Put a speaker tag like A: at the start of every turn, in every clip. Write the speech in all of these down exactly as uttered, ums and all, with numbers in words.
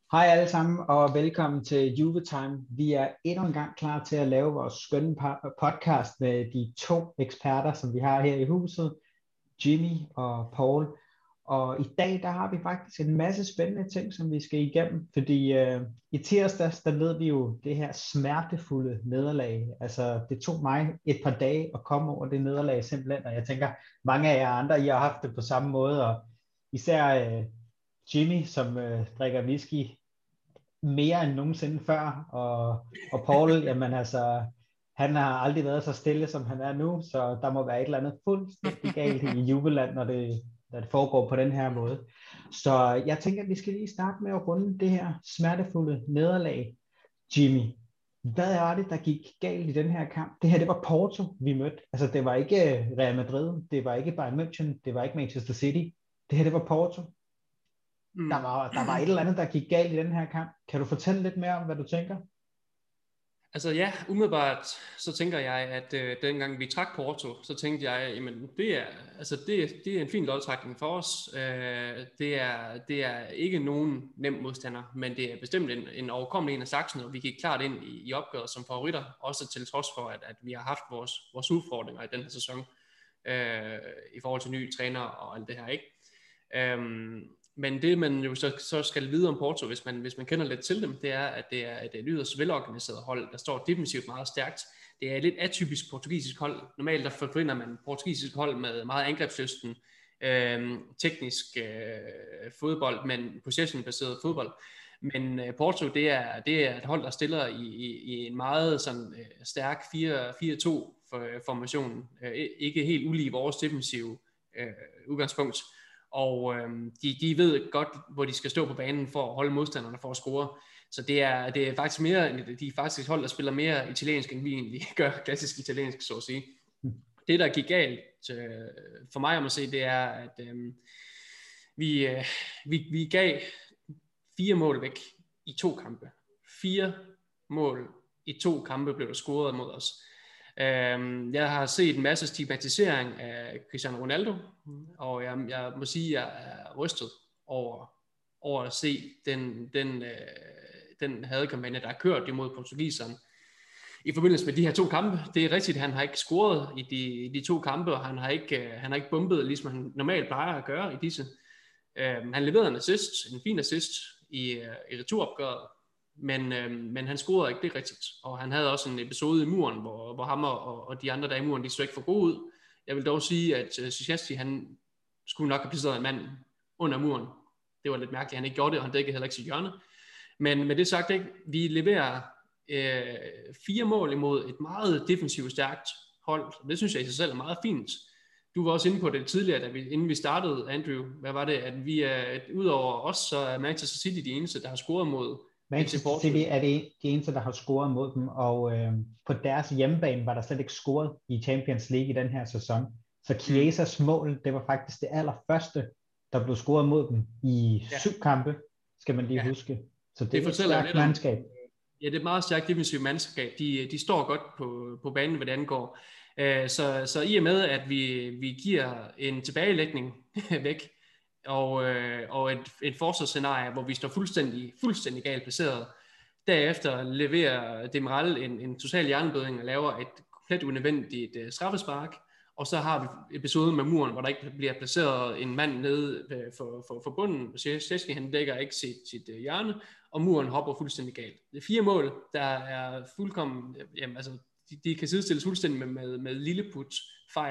A: Hej alle sammen, og velkommen til Juvetime. Vi er endnu en gang klar til at lave vores skønne pa- podcast med de to eksperter, som vi har her i huset, Jimmy og Paul. Og i dag, der har vi faktisk en masse spændende ting, som vi skal igennem, fordi øh, i tirsdags, der led vi jo det her smertefulde nederlag. Altså, det tog mig et par dage at komme over det nederlag simpelthen, og jeg tænker, mange af jer andre, I har haft det på samme måde, og især øh, Jimmy, som øh, drikker whisky mere end nogensinde før, og, og Paul, jamen altså, han har aldrig været så stille, som han er nu, så der må være et eller andet fuldstændig galt i Jubeland, når det, når det foregår på den her måde. Så jeg tænker, at vi skal lige starte med at runde det her smertefulde nederlag. Jimmy, hvad er det, der gik galt i den her kamp? Det her, det var Porto, vi mødte. Altså, det var ikke Real Madrid, det var ikke Bayern München, det var ikke Manchester City. Det her, det var Porto.
B: Mm.
A: Der var, der var et eller andet, der gik galt i den her kamp. Kan du fortælle lidt mere om, hvad du tænker?
B: Altså ja, umiddelbart så tænker jeg, at øh, dengang vi trak Porto, så tænkte jeg, jamen det er, altså det, det er en fin lodtrækning for os. Øh, det, er, det er ikke nogen nem modstander, men det er bestemt en, en overkommelig en af saksen, og vi gik klart ind i, i opgøret som favoritter, også til trods for, at, at vi har haft vores, vores udfordringer i den her sæson, øh, i forhold til nye træner og alt det her, ikke? Øhm, Men det man jo så, så skal vide om Porto, hvis man, hvis man kender lidt til dem, det er, at det er et yderst velorganiseret hold, der står defensivt meget stærkt. Det er et lidt atypisk portugisisk hold. Normalt der forbinder man portugisisk hold med meget angrebslysten, øh, teknisk øh, fodbold, men possession-baseret fodbold. Men øh, Porto, det er, det er et hold, der stiller i, i, i en meget sådan, øh, stærk fire fire to formation. Øh, ikke helt ulig vores defensive øh, udgangspunkt. Og øhm, de, de ved godt, hvor de skal stå på banen for at holde modstanderne for at score. Så det er, det er faktisk mere, de er faktisk hold, der spiller mere italiensk, end vi egentlig gør klassisk italiensk, så at sige. Det, der gik galt øh, for mig om at se, det er, at øh, vi, øh, vi, vi gav fire mål væk i to kampe. Fire mål i to kampe blev der scoret mod os. Jeg har set en masse stigmatisering af Cristiano Ronaldo, og jeg, jeg må sige, at jeg er rystet over, over at se den, den, den hadekampagne, der er kørt imod portugiseren i forbindelse med de her to kampe. Det er rigtigt, at han har ikke scoret i de, de to kampe, og han har ikke, han har ikke bumpet, ligesom han normalt plejer at gøre i disse. Han leverede en assist, en fin assist i, i returopgøret, Men, øh, men han scorede ikke det rigtigt, og han havde også en episode i muren, hvor, hvor ham og, og de andre der i muren, de så ikke for gode ud. Jeg vil dog sige, at uh, Szyszewski, han skulle nok have placeret en mand under muren. Det var lidt mærkeligt, han ikke gjorde det, og han dækkede heller ikke sit hjørne. Men med det sagt, ikke, vi leverer øh, fire mål imod et meget defensivt stærkt hold, og det synes jeg i sig selv er meget fint. Du var også inde på det tidligere, da vi, inden vi startede, Andrew. Hvad var det? At vi er, udover os, så er Manchester City de eneste, der har scoret mod
A: Manchester City er det de eneste, der har scoret mod dem, og øh, på deres hjemmebane var der slet ikke scoret i Champions League i den her sæson. Så Chiesas mm. mål, det var faktisk det allerførste, der blev scoret mod dem i ja. syv kampe, skal man lige ja. huske. Så det, det er et stærkt mandskab.
B: Ja, det er et meget stærkt defensivt mandskab. De, de står godt på, på banen, hvad det angår. Uh, så, så i og med, at vi, vi giver en tilbagelægning væk, og, øh, og et, et forsvarsscenarie, hvor vi står fuldstændig, fuldstændig galt placeret. Derefter leverer Demiral en, en total hjernebødning og laver et komplet unødvendigt uh, straffespark, og så har vi episoden med muren, hvor der ikke bliver placeret en mand nede for, for, for bunden. Szyszewski, han dækker ikke sit, sit uh, hjørne, og muren hopper fuldstændig galt. Det er fire mål, der er fuldkommen, jamen, altså, de, de kan sidestilles fuldstændig med, med, med lilleput fejl.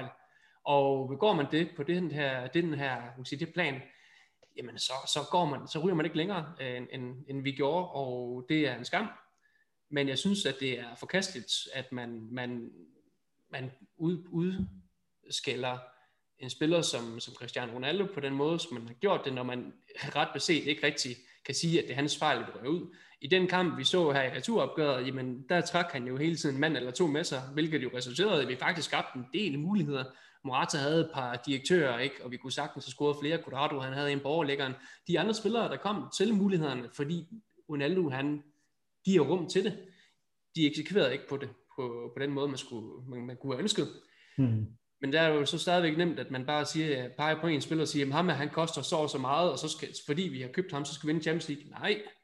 B: Og begår man det på den her, den her sige, det plan, jamen så, så, går man, så ryger man ikke længere, end, end, end vi gjorde, og det er en skam. Men jeg synes, at det er forkasteligt, at man, man, man ud, udskælder en spiller som, som Cristiano Ronaldo på den måde, som man har gjort det, når man ret beset ikke rigtig kan sige, at det er hans fejl, at rører ud. I den kamp, vi så her i returopgøret, jamen der trak han jo hele tiden en mand eller to med sig, hvilket jo resulterede, at vi faktisk skabte en del muligheder. Morata havde et par direktører, ikke? Og vi kunne sagtens have scoret flere. Cuadrado, han havde en på overlæggeren. De andre spillere, der kom til mulighederne, fordi Ronaldo, han giver rum til det. De eksekverede ikke på det, på, på den måde, man, skulle, man, man kunne have ønsket. Hmm. Men der er jo så stadigvæk nemt, at man bare siger, peger på en spiller og siger, at ham, han koster så og så meget, og så skal, fordi vi har købt ham, så skal vi vinde Champions League. Nej,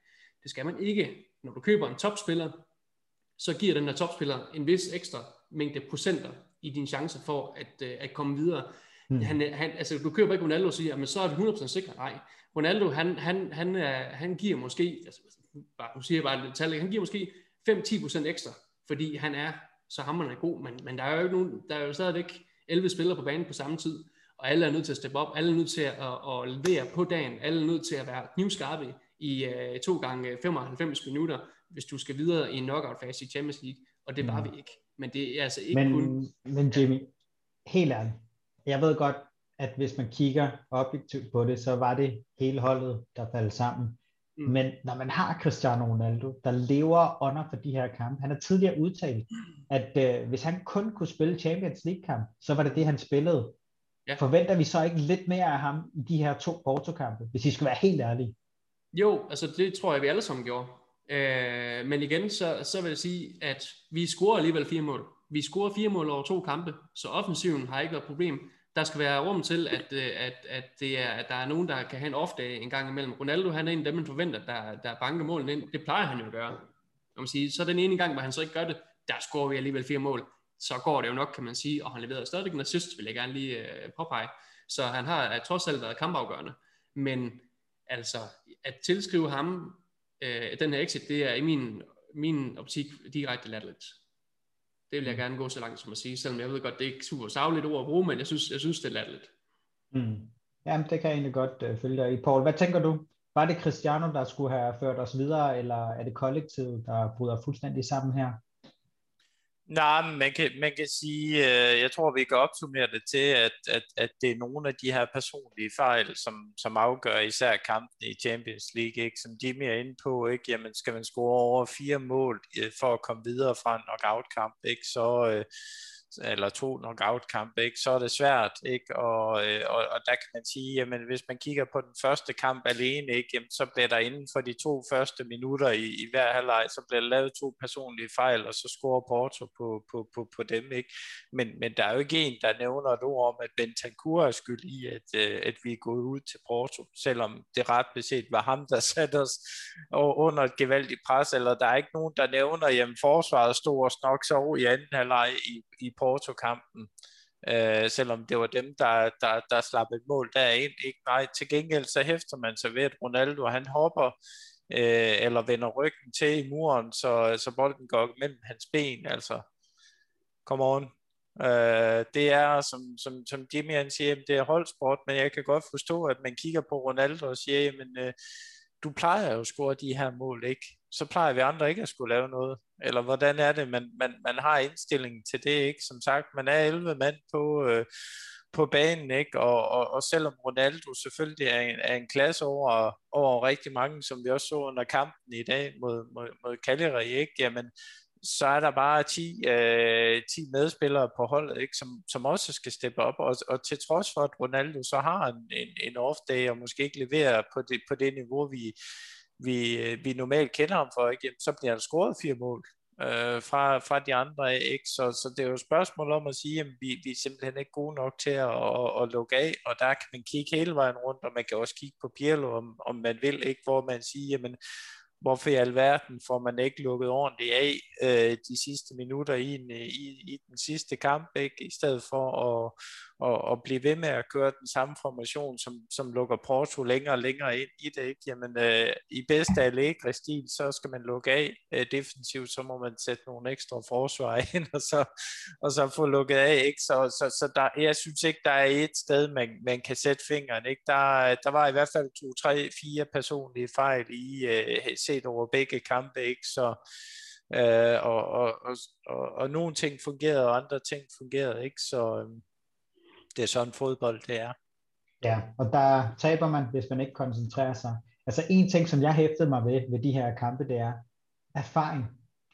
B: Det skal man ikke. Når du køber en topspiller, så giver den der topspiller en vis ekstra mængde procenter i dine chancer for at, at komme videre. Mm. Han, han, altså, du køber ikke Ronaldo og siger, men så er vi hundrede procent sikre. Nej, Ronaldo, han, han, han, han giver måske, altså, bare, nu siger jeg bare et tal, han giver måske fem til ti procent ekstra, fordi han er så hamrende god, men, men der er jo ikke nogen, der er jo stadigvæk elleve spillere på banen på samme tid, og alle er nødt til at steppe op, alle er nødt til at, at, at levere på dagen, alle er nødt til at være knivskarpe i uh, to gange femoghalvfems minutter, hvis du skal videre i en knockout-fase i Champions League, og det var mm. vi ikke. Men det er altså ikke
A: men,
B: kun...
A: Men Jimmy, helt ærligt, jeg ved godt, at hvis man kigger objektivt på det, så var det hele holdet, der faldt sammen. Mm. Men når man har Cristiano Ronaldo, der lever under for de her kampe, han har tidligere udtalt, at øh, hvis han kun kunne spille Champions League-kamp, så var det det, han spillede. Ja. Forventer vi så ikke lidt mere af ham i de her to Porto-kampe, hvis I skal være helt ærlige?
B: Jo, altså det tror jeg, vi alle sammen gjorde. Øh, men igen, så, så vil jeg sige, at vi scorer alligevel fire mål. Vi scorer fire mål over to kampe, så offensiven har ikke været et problem. Der skal være rum til, at, at, at, det er, at der er nogen, der kan have en off-dag en gang imellem. Ronaldo, han er en af dem, man forventer, der, der banker målene ind. Det plejer han jo at gøre. Man sige. Så den ene gang, hvor han så ikke gør det, der scorer vi alligevel fire mål. Så går det jo nok, kan man sige, og han leverede stadig en assist, vil jeg gerne lige øh, påpege. Så han har at trods alt været kampafgørende. Men altså, at tilskrive ham øh, den her exit, det er i min, min optik direkte latterligt. Det vil jeg gerne gå så langt som at sige, selvom jeg ved godt, det er ikke super savligt ord at bruge, men jeg synes, jeg synes det er latterligt.
A: Mm. Jamen, det kan jeg egentlig godt uh, følge dig i. Paul, hvad tænker du? Var det Cristiano, der skulle have ført os videre, eller er det kollektivet, der bryder fuldstændig sammen her?
C: Nej, men man kan, man kan sige, øh, jeg tror, vi kan opsummere det til, at, at, at det er nogle af de her personlige fejl, som, som afgør især kampen i Champions League, ikke? Som Jimmy er inde på, ikke? Jamen, skal man score over fire mål øh, for at komme videre fra en knockout-kamp, ikke? Så, øh, eller to knockout-kampe, ikke? Så er det svært, ikke? Og, og, og der kan man sige, jamen hvis man kigger på den første kamp alene, ikke? Jamen, så bliver der inden for de to første minutter i, i hver halvleg, så bliver der lavet to personlige fejl, og så scorer Porto på, på, på, på dem, ikke? Men, men der er jo ikke en, der nævner et ord om, at Bentancur er skyld i, at, at vi er gået ud til Porto, selvom det ret beset var ham, der satte os under et gevaldigt pres, eller der er ikke nogen, der nævner, jamen forsvaret stod og snok så over i anden halvleg i, i Porto-kampen, øh, selvom det var dem, der, der, der slap et mål derind. Ikke? Nej, til gengæld så hæfter man sig ved, at Ronaldo, han hopper øh, eller vender ryggen til i muren, så, så bolden går mellem hans ben. Altså, come on. Øh, det er, som, som, som Jimmy han siger, det er holdsport, men jeg kan godt forstå, at man kigger på Ronaldo og siger, jamen, øh, du plejer jo at score de her mål, ikke? Så plejer vi andre ikke at skulle lave noget. Eller hvordan er det, man, man, man har indstillingen til det, ikke? Som sagt, man er elleve mand på, øh, på banen, ikke? Og, og, og selvom Ronaldo selvfølgelig er en, er en klasse over, over rigtig mange, som vi også så under kampen i dag mod, mod, mod Cagliari, ikke? Jamen, så er der bare ti, øh, ti medspillere på holdet, ikke? Som, som også skal steppe op, og, og til trods for, at Ronaldo så har en, en, en off-day, og måske ikke leverer på det, på det niveau, vi, vi, vi normalt kender ham for, ikke? Jamen, så bliver han scoret fire mål øh, fra, fra de andre, ikke? Så, så det er jo et spørgsmål om at sige, at vi, vi er simpelthen ikke gode nok til at, at, at lukke af, og der kan man kigge hele vejen rundt, og man kan også kigge på Pirlo, om, om man vil, ikke? Hvor man siger, jamen, hvorfor i alverden får man ikke lukket ordentligt af øh, de sidste minutter i, en, i, i den sidste kamp, ikke? I stedet for at, at, at blive ved med at køre den samme formation, som, som lukker Porto længere og længere ind i det, ikke? Jamen, øh, i bedste Allegri-stil, så skal man lukke af øh, defensivt, så må man sætte nogle ekstra forsvar ind, og så, og så få lukket af, ikke? Så, så, så der, jeg synes ikke, der er et sted, man, man kan sætte fingeren, ikke? Der, der var i hvert fald to, tre, fire personlige fejl i øh, set over begge kampe, ikke? Så øh, og, og, og, og, og nogle ting fungerede, og andre ting fungerede ikke, så øh, det er sådan fodbold, det er.
A: Ja, og der taber man, hvis man ikke koncentrerer sig. Altså en ting, som jeg hæftede mig ved ved de her kampe, det er erfaring.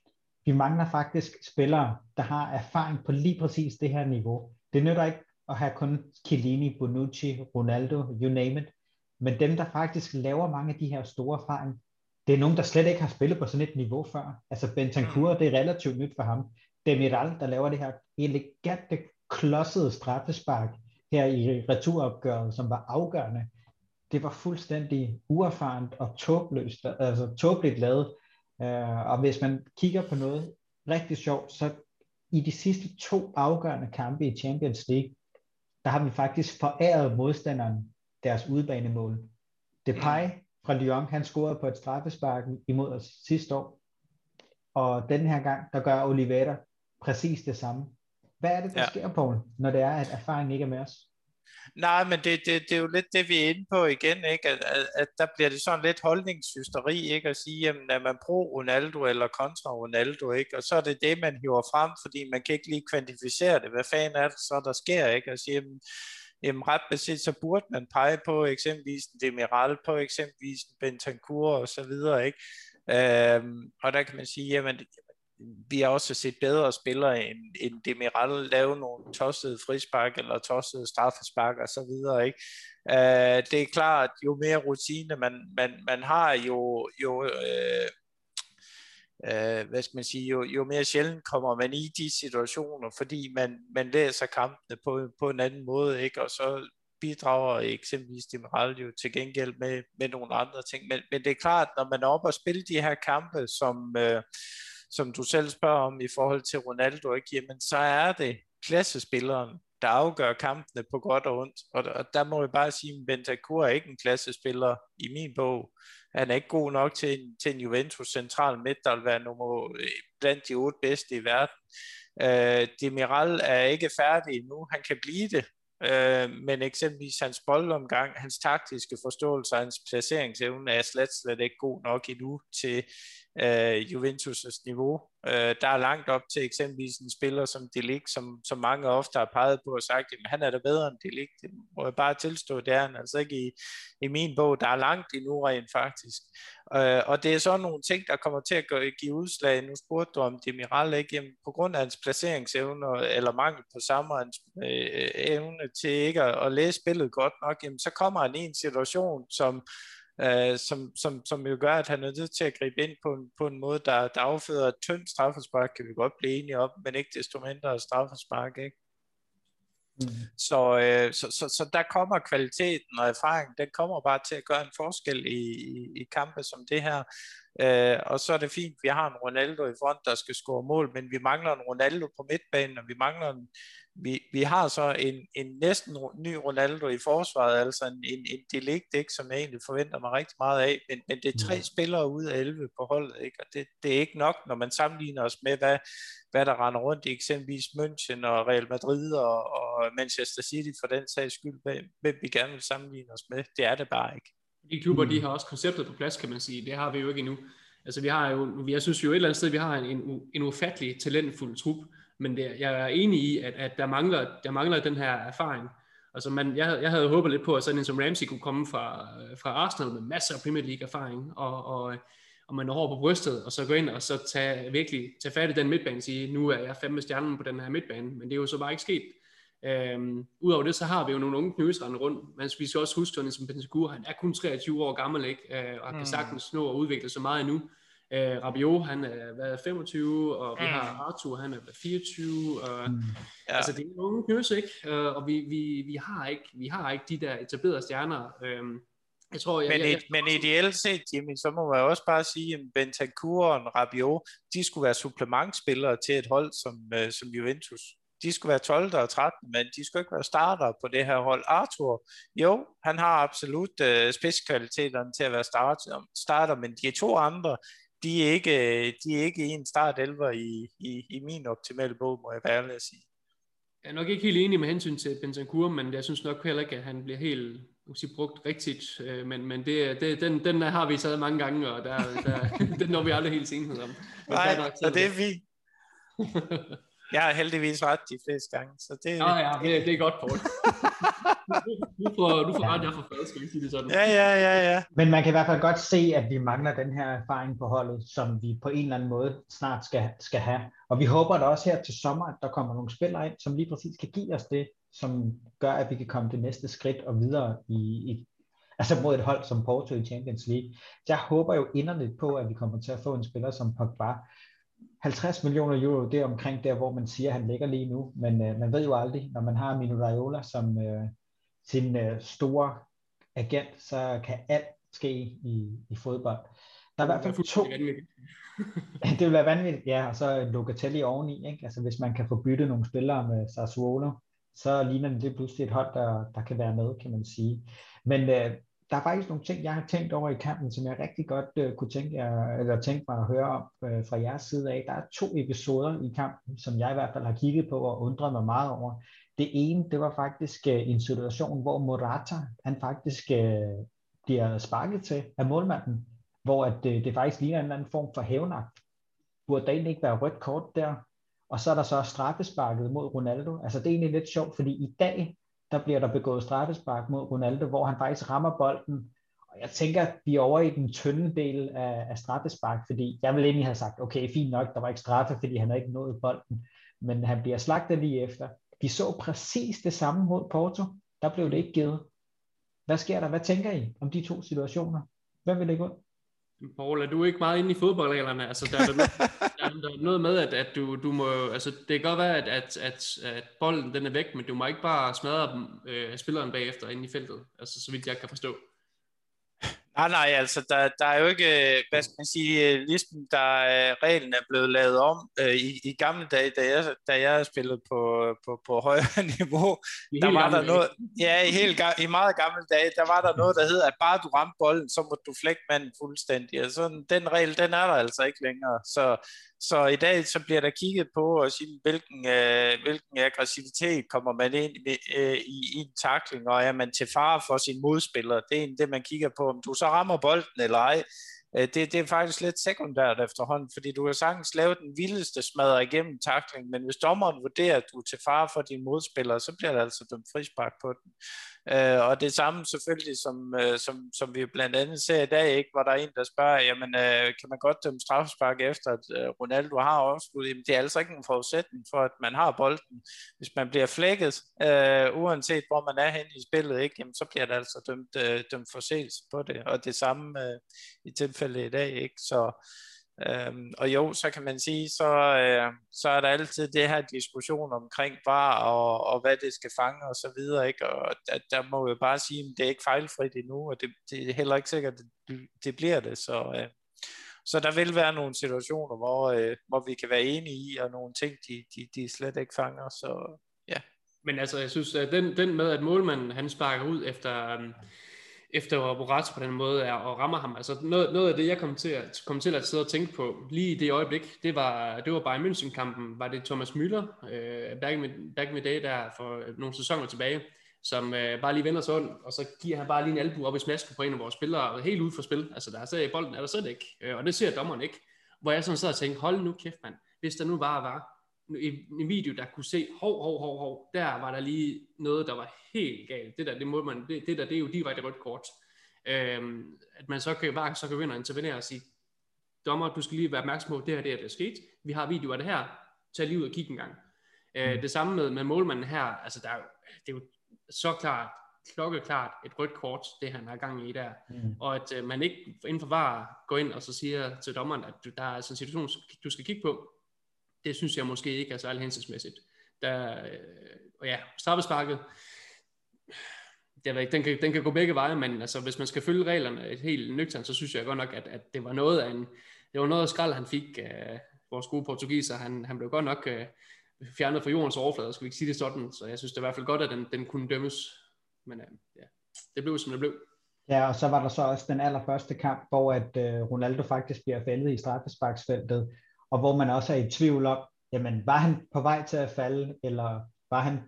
A: Vi mangler faktisk spillere, der har erfaring på lige præcis det her niveau. Det nytter ikke at have kun Chiellini, Bonucci, Ronaldo, you name it, men dem, der faktisk laver mange af de her store erfaringer, det er nogen, der slet ikke har spillet på sådan et niveau før. Altså Bentancur, det er relativt nyt for ham. Demiral, der laver det her elegante, klodsede straffespark her i returopgøret, som var afgørende. det var fuldstændig uerfarent og tåbløst, altså tåbeligt lavet. Uh, og hvis man kigger på noget rigtig sjovt, så i de sidste to afgørende kampe i Champions League, der har vi faktisk foræret modstanderen deres udebanemål. Depay fra Lyon, han scorede på et straffespark imod os sidste år, og den her gang, der gør Oliveira præcis det samme. Hvad er det, der ja. sker, Paul, når det er, at erfaringen ikke er med os?
C: Nej, men det, det, det er jo lidt det, vi er inde på igen, ikke? At, at, at der bliver det sådan lidt holdningshysteri, ikke? At sige, jamen, er man pro Ronaldo eller kontra Ronaldo, ikke? Og så er det det, man hiver frem, fordi man kan ikke lige kvantificere det. Hvad fanden er det så, der sker, ikke? At sige, jamen, jamen ret beset, så burde man pege på eksempelvis Demiral, på eksempelvis Bentancur og så videre, ikke? Øhm, og der kan man sige, jamen, vi har også set bedre spillere end, end Demiral lave nogle tossede frispark eller tossede straffespark og så videre, ikke? Uh, det er klart, jo mere rutine man, man, man har, jo, jo uh, uh, hvad skal man sige, jo, jo mere sjældent kommer man i de situationer, fordi man, man læser kampene på, på en anden måde, ikke? Og så bidrager eksempelvis Demiral jo til gengæld med, med nogle andre ting, men, men det er klart, når man er oppe og spille de her kampe, som uh, som du selv spørger om i forhold til Ronaldo, ikke? Jamen, så er det klassespilleren, der afgør kampene på godt og ondt. Og, og der må jeg bare sige, at Bentancur er ikke en klassespiller i min bog. Han er ikke god nok til en, til en Juventus central midt, der vil være nummer blandt de otte bedste i verden. Uh, Demiral er ikke færdig endnu. Han kan blive det. Uh, men eksempelvis hans boldomgang, hans taktiske forståelse og hans placeringsevne er slet, slet ikke god nok endnu til Uh, Juventus' niveau. Uh, der er langt op til eksempelvis en spiller som De Ligt, som, som mange ofte har peget på og sagt, at han er da bedre end De Ligt. Det må jeg bare tilstå, det er han altså ikke i, i min bog. Der er langt endnu rent faktisk. Uh, og det er sådan nogle ting, der kommer til at give udslag. Nu spurgte du om Demiral, ikke? Jamen, på grund af hans placeringsevne eller mangel på samme hans øh, evne til ikke at, at læse spillet godt nok, jamen, så kommer han i en situation, som Uh, som, som, som jo gør, at han er nødt til at gribe ind på en, på en måde, der, der afføder et tyndt straffespark, kan vi godt blive enige om, men ikke desto mindre straffespark, ikke? Mm. Så, uh, så, så, så der kommer kvaliteten og erfaringen, den kommer bare til at gøre en forskel i, i, i kampe som det her. Uh, og så er det fint, vi har en Ronaldo i front, der skal score mål, men vi mangler en Ronaldo på midtbanen, og vi mangler en Vi, vi har så en, en næsten ny Ronaldo i forsvaret, altså en, en, en De Ligt, ikke, som jeg egentlig forventer mig rigtig meget af, men, men det er tre ja. spillere ud af elleve på holdet, ikke? Og det, det er ikke nok, når man sammenligner os med, hvad, hvad der render rundt i eksempelvis München og Real Madrid og, og Manchester City for den sags skyld, hvem vi gerne vil sammenligne os med. Det er det bare ikke.
B: De klubber, mm. de har også konceptet på plads, kan man sige. Det har vi jo ikke endnu. Altså vi har jo, jeg synes jo et eller andet sted, vi har en, en, en ufattelig talentfuld trup, men det, jeg er enig i, at, at der, mangler, der mangler den her erfaring. Altså man, jeg, jeg havde håbet lidt på, at sådan en som Ramsey kunne komme fra, fra Arsenal med masser af Premier League erfaring, og, og, og man er hård på brystet, og så gå ind og så tage, virkelig tage fat i den midtbane og sige, nu er jeg fandme stjernen på den her midtbane, men det er jo så bare ikke sket. Øhm, Udover det, så har vi jo nogle unge knøsrende rundt, men vi skal også huske, at som Bentancur, han er kun treogtyve år gammel, ikke? Øh, og kan sagtens nå at udvikle så meget endnu. Uh, Rabiot, han er været femogtyve, og vi mm. har Arthur, han er fireogtyve, og mm. ja. altså det er nogle knøs, ikke? Uh, og vi, vi, vi, har ikke, vi har ikke de der etablerede stjerner. Uh, jeg tror, jeg,
C: men,
B: jeg, jeg,
C: men ideelt set, Jimmy, så må man også bare sige, at Bentancur og Rabiot, de skulle være supplementspillere til et hold som, uh, som Juventus. De skulle være tolv og tretten, men de skulle ikke være starter på det her hold. Arthur, jo, han har absolut uh, spidskvaliteterne til at være starter, starter, men de to andre, De er, ikke, de er ikke i en startelver i, i, i min optimale bog, må jeg være ærlig at sige.
B: Jeg er nok ikke helt enig med hensyn til Bentancur, men jeg synes nok heller ikke, at han bliver helt sige, brugt rigtigt. Men, men det, det, den, den har vi taget mange gange, og der, der, den når vi aldrig helt senhed om. Men
C: nej, og det er fint. Jeg har heldigvis ret de fleste gange. Så det,
B: ja, ja, det, det er godt, Paul. Nu får du får ret, jeg får fred, skal vi sige det sådan.
C: Ja, ja, ja, ja.
A: Men man kan i hvert fald godt se, at vi mangler den her erfaring på holdet, som vi på en eller anden måde snart skal, skal have. Og vi håber da også her til sommer, at der kommer nogle spillere ind, som lige præcis kan give os det, som gør, at vi kan komme det næste skridt og videre i, i altså mod et hold som Porto i Champions League. Jeg håber jo inderligt på, at vi kommer til at få en spiller som Pogba. halvtreds millioner euro, det er omkring der, hvor man siger, at han ligger lige nu, men øh, man ved jo aldrig, når man har Mino Raiola som øh, sin øh, store agent, så kan alt ske i, i fodbold. Der er i hvert fald to... Det vil være vanvittigt, ja, og så Locatelli oveni, ikke? Altså hvis man kan få byttet nogle spillere med Sassuolo, så ligner det pludselig et hold, der, der kan være med, kan man sige. Men øh, der er faktisk nogle ting, jeg har tænkt over i kampen, som jeg rigtig godt øh, kunne tænke, jer, eller tænke mig at høre om øh, fra jeres side af. Der er to episoder i kampen, som jeg i hvert fald har kigget på og undret mig meget over. Det ene, det var faktisk øh, en situation, hvor Morata, han faktisk øh, bliver sparket til af målmanden, hvor at, øh, det faktisk ligner en eller anden form for hævnagt. Burde der egentlig ikke være rødt kort der? Og så er der så straffesparket mod Ronaldo. Altså det er egentlig lidt sjovt, fordi i dag, der bliver der begået straffespark mod Ronaldo, hvor han faktisk rammer bolden. Og jeg tænker, vi er over i den tynde del af, af straffespark, fordi jeg ville egentlig have sagt, okay, fint nok, der var ikke straffe, fordi han har ikke nået bolden. Men han bliver slagtet lige efter. Vi så præcis det samme mod Porto. Der blev det ikke givet. Hvad sker der? Hvad tænker I om de to situationer? Hvem vil det gå?
B: Paul, er du ikke meget inde i fodboldreglerne? Altså, der er der noget, der er der noget med, at, at du, du må, altså, det kan godt være, at, at, at, at bolden den er væk, men du må ikke bare smadre dem, øh, spilleren bagefter inde i feltet, altså så vidt jeg kan forstå.
C: Nej, nej, altså der, der er jo ikke, hvad skal man sige, ligesom der reglen er blevet lavet om øh, i, i gamle dage, da jeg, da jeg spillede på, på, på højere niveau, I der var der noget, ja, i, helt, i meget gamle dage, der var der noget, der hed, at bare du ramte bolden, så må du flække manden fuldstændig, og sådan, den regel, den er der altså ikke længere, så Så i dag så bliver der kigget på, og sige, hvilken, øh, hvilken aggressivitet kommer man ind i, øh, i, i en tackling, og er man til fare for sin modspiller. Det er det, man kigger på. Om du så rammer bolden eller ej, øh, det, det er faktisk lidt sekundært efterhånden, fordi du har sagtens lavet den vildeste smadre igennem tackling, men hvis dommeren vurderer, at du er til fare for dine modspillere, så bliver der altså dømt frispark på den. Uh, og det samme selvfølgelig, som, uh, som, som vi blandt andet ser i dag, ikke, hvor der er en, der spørger, jamen, uh, kan man godt dømme straffespark efter, at uh, Ronaldo har overskud? Jamen, det er altså ikke en forudsætning for, at man har bolden. Hvis man bliver flækket, uh, uanset hvor man er henne i spillet, ikke, jamen, så bliver der altså dømt, uh, dømt forseelse på det. Og det samme uh, i tilfældet i dag, ikke? Så Øhm, og jo, så kan man sige, så, øh, så er der altid det her diskussion omkring V A R og, og hvad det skal fange og så videre, ikke? Og der, der må jeg bare sige, at det er ikke fejlfrit endnu, og det, det er heller ikke sikkert, at det, det bliver det. Så, øh, så der vil være nogle situationer, hvor, øh, hvor vi kan være enige i, og nogle ting, de, de, de slet ikke fanger. Så ja.
B: Men altså, jeg synes, at den, den med, at målmanden han sparker ud efter... Um efter Morata på den måde er og rammer ham. Altså noget, noget af det, jeg kom til, at, kom til at sidde og tænke på lige i det øjeblik, det var, det var Bayern München-kampen, var det Thomas Müller, øh, back, in, back in the day der for nogle sæsoner tilbage, som øh, bare lige vender sig rundt, og så giver han bare lige en albu op i smasken på en af vores spillere, og helt ude for spil. Altså der er så i bolden, er der slet ikke, øh, og det ser dommeren ikke. Hvor jeg sådan sidder og tænker, hold nu kæft mand, hvis der nu bare var en video, der kunne se, hov, hov, hov, hov, der var der lige noget, der var helt galt. Det der, det må man, det, det der, det er jo direkte rødt kort. Øhm, at man så kan bare så kan gå ind og intervenere og sige, dommer, du skal lige være opmærksom på, det her, det er det er sket. Vi har video af det her. Tag lige ud og kig en gang. Øh, mm. Det samme med, med målmanden her, altså der er, det er jo så klart, klokkeklart et rødt kort, det han har gang i der. Mm. Og at øh, man ikke inden for V A R går ind og så siger til dommeren, at du, der er sådan en situation, du skal kigge på. Det synes jeg måske ikke er særlig hensigtsmæssigt. Der, øh, og ja, straffesparket, jeg ved ikke, den kan, den kan gå begge veje, men altså, hvis man skal følge reglerne et helt nøgternt, så synes jeg godt nok, at, at det var noget af en, det var noget af skrald, han fik, uh, vores gode portugiser, han, han blev godt nok uh, fjernet fra jordens overflade, skal vi ikke sige det sådan, så jeg synes det er i hvert fald godt, at den, den kunne dømmes, men uh, ja, det blev som det blev.
A: Ja, og så var der så også den allerførste kamp, hvor at uh, Ronaldo faktisk bliver fældet i straffesparksfeltet, og hvor man også er i tvivl om, jamen var han på vej til at falde, eller var han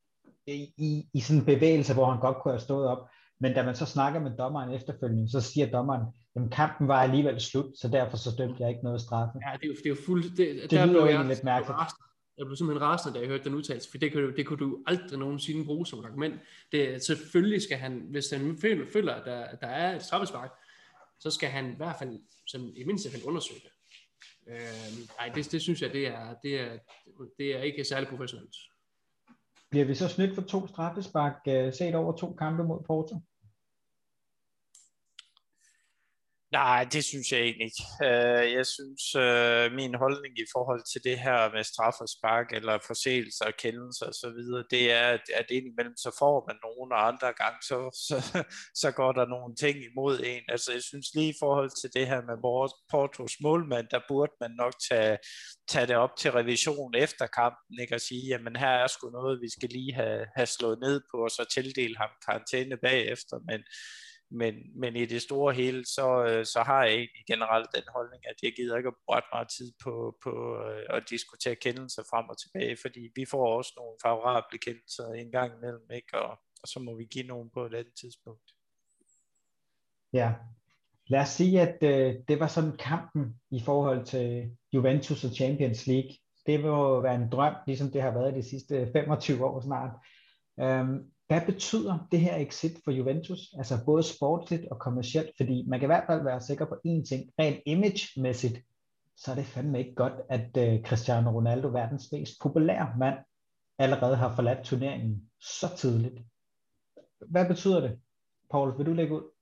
A: i, i sådan en bevægelse, hvor han godt kunne have stået op, men da man så snakker med dommeren efterfølgende, så siger dommeren, at kampen var alligevel slut, så derfor så dømte jeg ikke noget straffe.
B: Ja, det er jo, det er jo fuldt, det,
A: det
B: der
A: lyder jo
B: egentlig
A: lidt mærkeligt.
B: Jeg blev simpelthen rasende, da jeg hørte den udtalelse, for det kunne, det kunne du aldrig nogensinde bruge som argument. Det, selvfølgelig skal han, hvis han føler, at der, der er et straffespark, så skal han i hvert fald, som i mindste fald undersøge det. Øh, nej, det, det synes jeg, det er, det, er, det er ikke særlig professionelt.
A: Bliver vi så snydt for to straffespark uh, set over to kampe mod Porto?
C: Nej, det synes jeg egentlig ikke. Uh, jeg synes, uh, min holdning i forhold til det her med straf og spark, eller forseelser og kendelser osv., det er, at, at indimellem så får man nogen, og andre gange så, så, så går der nogle ting imod en. Altså jeg synes lige i forhold til det her med Portos målmand, der burde man nok tage, tage det op til revision efter kampen, ikke? Og sige, jamen her er sgu noget, vi skal lige have, have slået ned på, og så tildele ham karantæne bagefter, men Men, men i det store hele, så, så har jeg egentlig generelt den holdning, at jeg gider ikke at bruge ret meget tid på, på at diskutere kendelser frem og tilbage, fordi vi får også nogle favorable kendelser en gang imellem, ikke? Og, og så må vi give nogen på et andet tidspunkt.
A: Ja, lad os sige, at øh, det var sådan kampen i forhold til Juventus og Champions League. Det må være en drøm, ligesom det har været de sidste femogtyve år snart. Um, Hvad betyder det her exit for Juventus, altså både sportsligt og kommercielt? Fordi man kan i hvert fald være sikker på én ting, rent image-mæssigt, så er det fandme ikke godt, at uh, Cristiano Ronaldo, verdens mest populære mand, allerede har forladt turneringen så tidligt. Hvad betyder det? Paul, vil du lægge ud?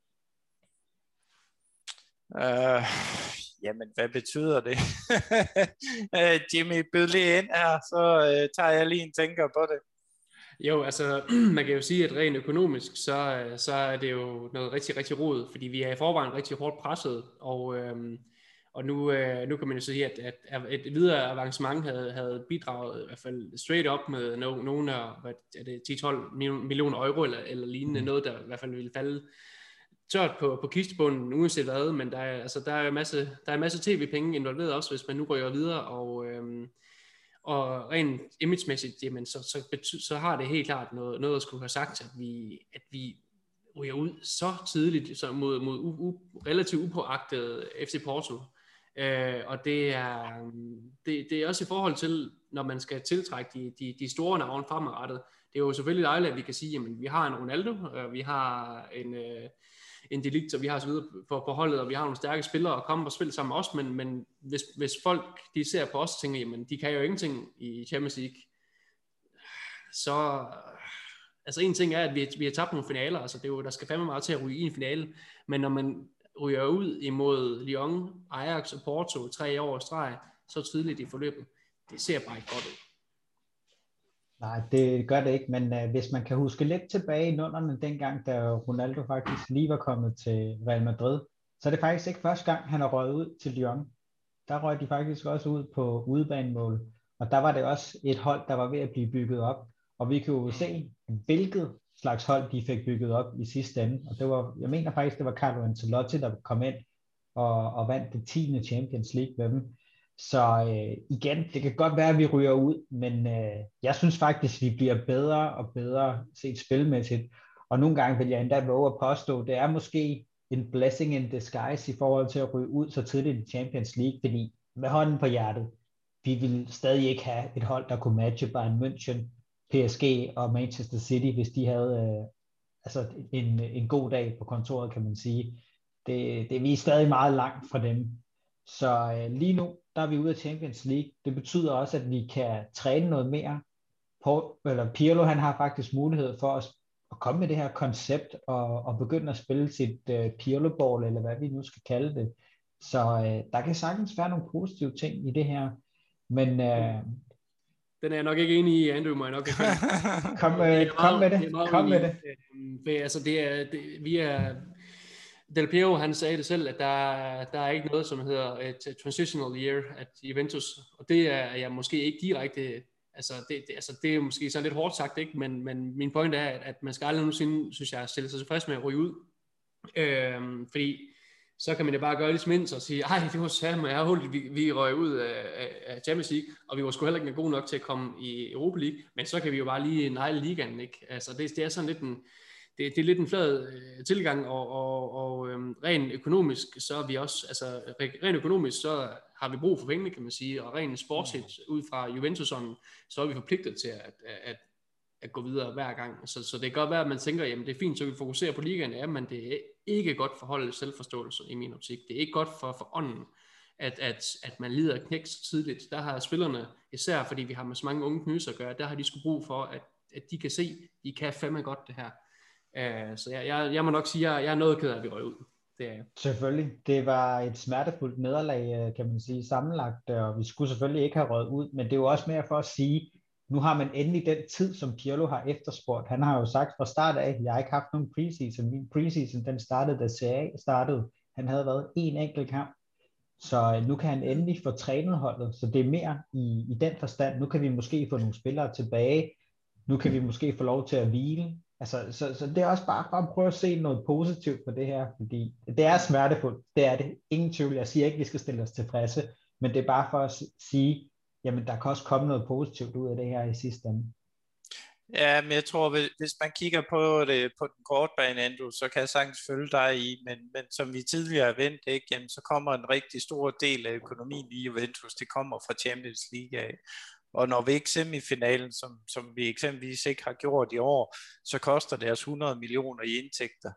C: Uh, jamen, hvad betyder det? uh, Jimmy, byd lige ind her, så uh, tager jeg lige en tænker på det.
B: Jo, altså man kan jo sige, at rent økonomisk, så, så er det jo noget rigtig, rigtig rod, fordi vi er i forvejen rigtig hårdt presset, og, øhm, og nu, øh, nu kan man jo sige, at, at et videre avancement havde, havde bidraget i hvert fald straight up med no, nogle af, hvad er det, ti til tolv millioner euro eller, eller lignende, mm. noget der i hvert fald ville falde tørt på, på kistebunden, uanset hvad, men der er, altså, der er en masse, der er en masse tv-penge involveret også, hvis man nu rykker videre, og øhm, Og rent imagemæssigt, jamen, så, så, bety- så har det helt klart noget, noget at skulle have sagt, at vi, at vi ryger ud så tidligt så mod, mod u, u, relativt upåagtet F C Porto. Øh, og det er, det, det er også i forhold til, når man skal tiltrække de, de, de store navne fremadrettet. Det er jo selvfølgelig dejligt, at vi kan sige, at vi har en Ronaldo, og vi har en... Øh, en delikt, og vi har så videre på, på holdet, og vi har nogle stærke spillere og komme og spille sammen med os, men, men hvis, hvis folk de ser på os og tænker, jamen de kan jo ingenting i Champions League, så altså en ting er, at vi, vi har tabt nogle finaler, altså det er jo, der skal fandme meget til at ryge i en finale, men når man ryger ud imod Lyon, Ajax og Porto tre år i streg, så tidligt i forløbet, det ser bare ikke godt ud.
A: Nej, det gør det ikke, men uh, hvis man kan huske lidt tilbage i nullerne dengang, da Ronaldo faktisk lige var kommet til Real Madrid, så er det faktisk ikke første gang, han har røget ud til Lyon. Der røg de faktisk også ud på udebanemål, og der var det også et hold, der var ved at blive bygget op, og vi kan jo se, hvilket slags hold de fik bygget op i sidste ende, og det var, jeg mener faktisk, det var Carlo Ancelotti, der kom ind og, og vandt det tiende Champions League med dem. Så øh, igen, det kan godt være, at vi ryger ud, men øh, jeg synes faktisk, at vi bliver bedre og bedre set spilmæssigt. Og nogle gange vil jeg endda våge at påstå, det er måske en blessing in disguise i forhold til at ryge ud så tidligt i Champions League, fordi med hånden på hjertet, vi vil stadig ikke have et hold, der kunne matche Bayern München, P S G og Manchester City, hvis de havde øh, altså en, en god dag på kontoret, kan man sige. Det, det vi er stadig meget langt fra dem. Så øh, lige nu, der er vi ude af Champions League. Det betyder også, at vi kan træne noget mere. På, eller Pirlo, han har faktisk mulighed for at, at komme med det her koncept og, og begynde at spille sit øh, Pirlo-ball, eller hvad vi nu skal kalde det. Så øh, der kan sagtens være nogle positive ting i det her. Men øh,
B: den er jeg nok ikke enig i, Andrew, må jeg nok ikke.
A: kom, øh, kom med det. det kom med det.
B: For, altså, det er, det, vi er... Del Piero, han sagde det selv, at der, der er ikke noget, som hedder et transitional year at Juventus, og det er jeg måske ikke direkte, altså det, det, altså det er måske sådan lidt hårdt sagt, ikke? Men, men min point er, at, at man skal aldrig nogensinde, synes jeg, stille sig tilfreds med at ryge ud, øhm, fordi så kan man det bare gøre lidt smins og sige, ej, det var sammen, jeg har holdt, vi, vi røg ud af, af Champions League, og vi var sgu heller ikke gode nok til at komme i Europa League, men så kan vi jo bare lige nejle ligaen, ikke? Altså det, det er sådan lidt en Det, det er lidt en flad øh, tilgang, og, og, og øhm, rent økonomisk, så er vi også, altså rent økonomisk, så har vi brug for pengene, kan man sige, og rent sportsligt, ud fra Juventus'en, så er vi forpligtet til at, at, at gå videre hver gang. Så, så det kan godt være, at man tænker, jamen det er fint, så vi fokuserer på ligaen, ja, men det er ikke godt for holdets selvforståelse i min optik. Det er ikke godt for, for ånden, at, at, at man lider af knæk så tidligt. Der har spillerne, især fordi vi har med så mange unge knyser at gøre, der har de sgu brug for, at, at de kan se, de kan fandme godt det her. Uh, så jeg, jeg, jeg må nok sige, at jeg, jeg er noget ked af, at vi røg ud. Det er jeg.
A: Selvfølgelig. Det var et smertefuldt nederlag, kan man sige, sammenlagt, og vi skulle selvfølgelig ikke have røget ud, men det er jo også mere for at sige, nu har man endelig den tid, som Pirlo har efterspurgt. Han har jo sagt fra start af, at jeg har ikke haft nogen preseason. Min preseason, den startede, da C A startede. Han havde været en enkelt kamp. Så nu kan han endelig få trænet holdet, så det er mere i, i den forstand. Nu kan vi måske få nogle spillere tilbage. Nu kan vi måske få lov til at hvile. Altså, så, så det er også bare for at prøve at se noget positivt på det her, fordi det er smertefuldt. Det er det. Ingen tvivl. Jeg siger ikke, at vi skal stille os tilfredse, men det er bare for at sige, jamen der kan også komme noget positivt ud af det her i sidste ende.
C: Ja, men jeg tror, hvis man kigger på det på den korte bane, Andrew, så kan jeg sagtens følge dig i, men, men som vi tidligere har vendt, ikke, jamen, så kommer en rigtig stor del af økonomien i Juventus, det kommer fra Champions League af. Og når vi ikke semifinalen, som, som vi eksempelvis ikke har gjort i år, så koster det os hundrede millioner i indtægter.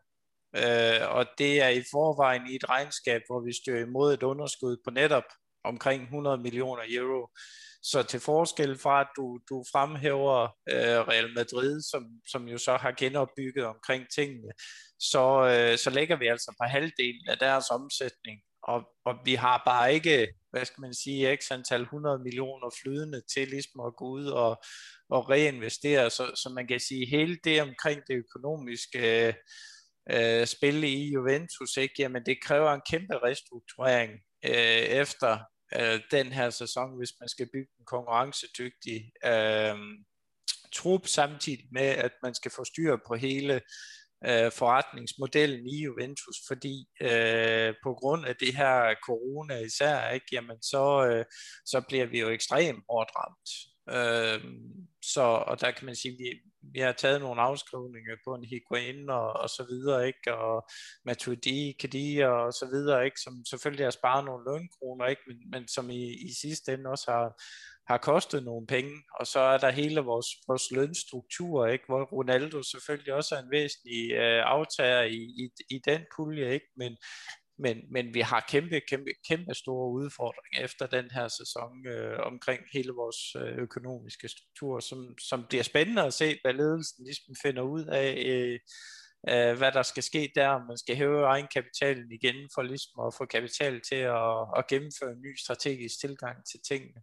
C: Øh, og det er i forvejen i et regnskab, hvor vi styrer imod et underskud på netop omkring hundrede millioner euro. Så til forskel fra, at du, du fremhæver øh, Real Madrid, som, som jo så har genopbygget omkring tingene, så, øh, så lægger vi altså på halvdelen af deres omsætning. Og, og vi har bare ikke, hvad skal man sige, x antal hundrede millioner flydende til ligesom at gå ud og, og reinvestere. Så, så man kan sige, hele det omkring det økonomiske øh, spil i Juventus, ikke? Jamen det kræver en kæmpe restrukturering øh, efter øh, den her sæson, hvis man skal bygge en konkurrencedygtig øh, trup, samtidig med, at man skal få styr på hele øh, forretningsmodellen i Juventus, fordi øh, på grund af det her corona især, ikke, jamen så, øh, så bliver vi jo ekstremt hårdt ramt. Øh, så, og der kan man sige, vi, vi har taget nogle afskrivninger på en Higuain og, og så videre, ikke, og Matuidi, Khedira og så videre, ikke, som selvfølgelig har sparet nogle lønkroner, ikke, men, men som i, i sidste ende også har, har kostet nogle penge. Og så er der hele vores, vores lønstruktur, ikke, hvor Ronaldo selvfølgelig også er en væsentlig øh, aftager i, i, i den pulje, ikke, men Men, men vi har kæmpe, kæmpe, kæmpe store udfordringer efter den her sæson øh, omkring hele vores øh, økonomiske struktur, som, som bliver spændende at se, hvad ledelsen ligesom finder ud af, øh, øh, hvad der skal ske der, om man skal hæve egenkapitalen igen for ligesom at få kapital til at, at gennemføre en ny strategisk tilgang til tingene.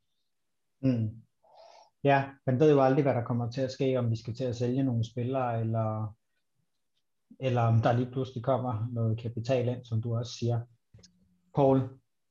A: Mm. Ja, man ved jo aldrig, hvad der kommer til at ske, om vi skal til at sælge nogle spillere, eller eller om der lige pludselig kommer noget kapital ind, som du også siger. Paul,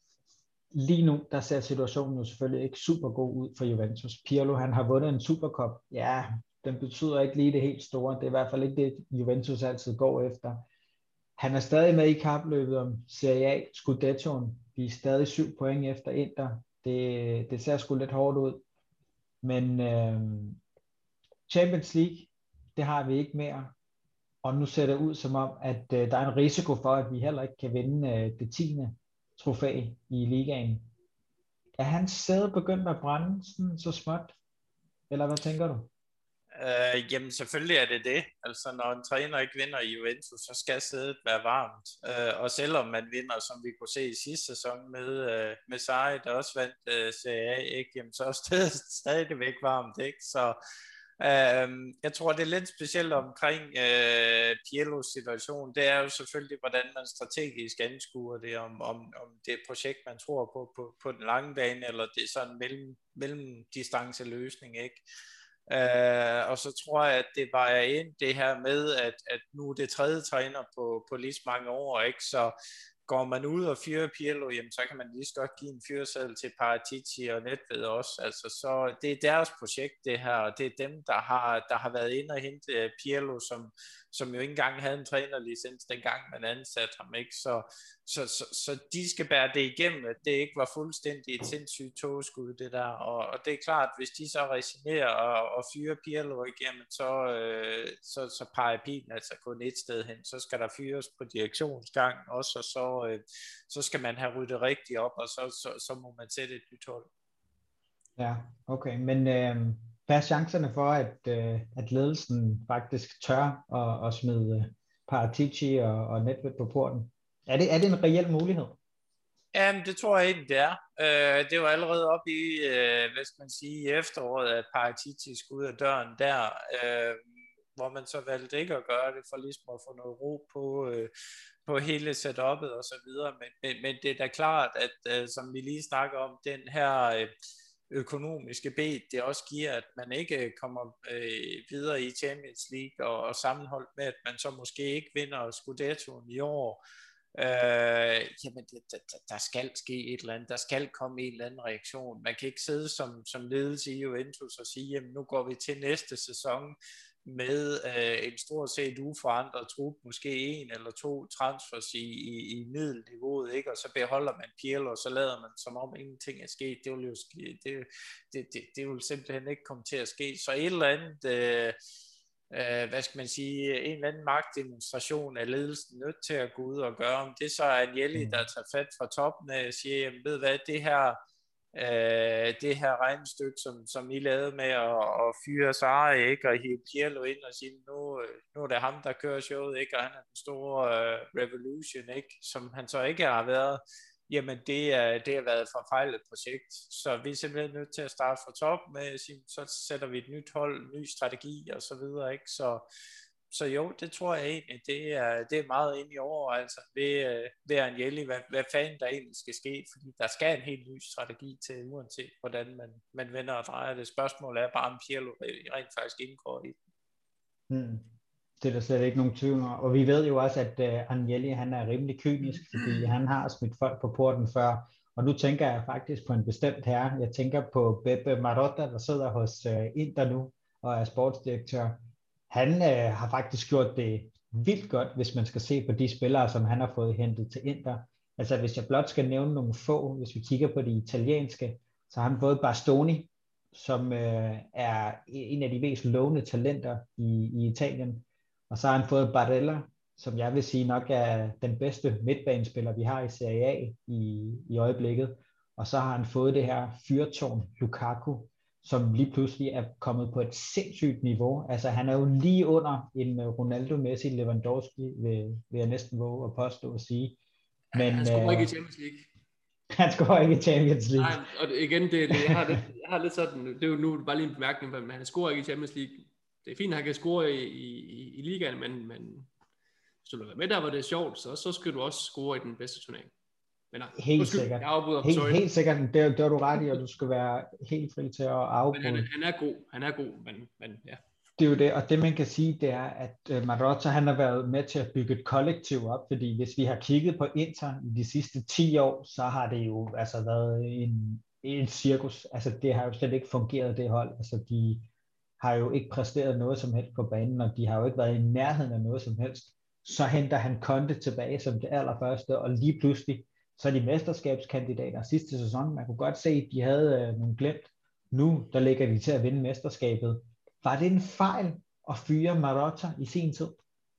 A: lige nu, der ser situationen jo selvfølgelig ikke super god ud for Juventus. Pirlo, han har vundet en Supercup. Ja, den betyder ikke lige det helt store. Det er i hvert fald ikke det, Juventus altid går efter. Han er stadig med i kapløbet om Serie A, Scudettoen. Vi er stadig syv point efter Inter. Det, det ser sgu lidt hårdt ud. Men øh, Champions League, det har vi ikke mere. Og nu ser det ud som om, at øh, der er en risiko for, at vi heller ikke kan vinde øh, det tiende trofæ i ligaen. Er hans sæde begyndt at brænde sådan, så småt? Eller hvad tænker du?
C: Øh, jamen selvfølgelig er det det. Altså når en træner ikke vinder i Juventus, så skal sædet være varmt. Øh, og selvom man vinder, som vi kunne se i sidste sæson med, øh, med Sarri, der også vandt øh, Serie A, ikke? Jamen, så er stedet stadigvæk varmt. Ikke? Så Uh, jeg tror, det er lidt specielt omkring uh, Pirlos situation. Det er jo selvfølgelig, hvordan man strategisk anskuer det, om, om, om det projekt, man tror på, på på den lange bane, eller det er sådan en mellem, mellemdistance løsning, ikke? Uh, og så tror jeg, at det vejer ind det her med, at, at nu er det tredje træner på, på lige så mange år, ikke? Så går man ud og fyrer Pirlo, jamen, så kan man lige så godt give en fyreseddel til Paratici og Nedved også. Altså, så det er deres projekt, det her, og det er dem, der har, der har været inde og hente Pirlo, som, som jo ikke engang havde en trænerlicens, dengang man ansatte ham, ikke? Så, så, så, så de skal bære det igennem, at det ikke var fuldstændig et sindssygt togskud, det der. Og, og det er klart, hvis de så resignerer og, og fyrer Pirlo igennem, så, øh, så, så peger pilen altså kun et sted hen. Så skal der fyres på direktionsgang også, og så, øh, så skal man have ryddet rigtigt op, og så, så, så må man sætte et nyt hold.
A: Ja, okay. Men øh, hvad er chancerne for, at, øh, at ledelsen faktisk tør at, at smide Paratici og, og Nedved på porten? Er det, er det en reel mulighed?
C: Jamen, det tror jeg egentlig, det er. Øh, det var allerede op i, øh, hvad skal man sige, i efteråret, at Paratici skulle ud af døren der, øh, hvor man så valgte ikke at gøre det, for ligesom at få noget ro på, øh, på hele setup'et og så videre, men, men, men det er da klart, at øh, som vi lige snakker om, den her øh, økonomiske bed, det også giver, at man ikke kommer øh, videre i Champions League, og, og sammenholdt med, at man så måske ikke vinder Scudettoen i år, Øh, jamen det, der, der skal ske et eller andet, der skal komme en eller anden reaktion. Man kan ikke sidde som, som ledelse i Juventus og sige, jamen nu går vi til næste sæson med øh, en stort set uforandret trup, måske en eller to transfers i, i, i middelniveauet, ikke? Og så beholder man Pirlo, og så lader man som om ingenting er sket. Det vil jo ske, det, det, det, det vil simpelthen ikke komme til at ske. Så et eller andet øh, Uh, hvad skal man sige, en eller anden magtdemonstration af ledelsen nødt til at gå ud og gøre. Om det så er Agnelli, der tager fat fra toppen af og siger, jamen ved hvad, det her, uh, det her regnestykke, som, som I lavede med at, at fyre Sarri, ikke, og hive Pirlo ind og sige, nu, nu er det ham, der kører showet, ikke, og han er den store uh, revolution, ikke, som han så ikke har været. Jamen det, er, det har været et forfejlet projekt, så vi er simpelthen nødt til at starte fra top med at sige, så sætter vi et nyt hold, ny strategi og så videre, ikke? Så, så jo, det tror jeg egentlig, det er, det er meget inde i over, altså ved, ved Agnelli, hvad, hvad fanden der egentlig skal ske, fordi der skal en helt ny strategi til, uanset hvordan man, man vender og drejer det. Spørgsmålet er bare, om Pirlo rent faktisk indgår i.
A: Hmm. Det er der slet ikke nogen tvivl om. Og vi ved jo også, at uh, Agnelli, han er rimelig kynisk, fordi han har smidt folk på porten før. Og nu tænker jeg faktisk på en bestemt herre. Jeg tænker på Beppe Marotta, der sidder hos uh, Inter nu og er sportsdirektør. Han uh, har faktisk gjort det vildt godt, hvis man skal se på de spillere, som han har fået hentet til Inter. Altså hvis jeg blot skal nævne nogle få, hvis vi kigger på de italienske, så har han fået Bastoni, som uh, er en af de mest lovende talenter i, i Italien. Og så har han fået Barella, som jeg vil sige nok er den bedste midtbanespiller, vi har i Serie A i, i øjeblikket. Og så har han fået det her fyrtårn Lukaku, som lige pludselig er kommet på et sindssygt niveau. Altså han er jo lige under en Ronaldo, Messi, Lewandowski, vil, vil jeg næsten våge at påstå at sige.
B: Men, han scorer øh, ikke i Champions League.
A: Han scorer ikke i Champions League.
B: Nej, og igen, det, det, jeg, har lidt, jeg har lidt sådan, det er jo nu bare lige en bemærkning, men han scorer ikke i Champions League. Det er fint, at han kan score i, i, i ligaen, men, men hvis du vil være med der, hvor det er sjovt, så, så skal du også score i den bedste turnering. Men nej,
A: helt
B: skyld,
A: sikkert.
B: Jeg afbryder,
A: helt, helt sikkert, det, det var du ret i, og du skal være helt fri til at afbryde.
B: Men han, han er god, han er god, men, men ja.
A: Det er jo det, og det man kan sige, det er, at uh, Marotta, han har været med til at bygge et kollektiv op, fordi hvis vi har kigget på Inter i de sidste ti år, så har det jo altså været en, en cirkus. Altså det har jo slet ikke fungeret, det hold. Altså de har jo ikke præsteret noget som helst på banen, og de har jo ikke været i nærheden af noget som helst. Så henter han Conte tilbage som det allerførste, og lige pludselig, så er de mesterskabskandidater sidste sæson. Man kunne godt se, at de havde øh, nogle glemt. Nu, der ligger de til at vinde mesterskabet. Var det en fejl at fyre Marotta i sin tid?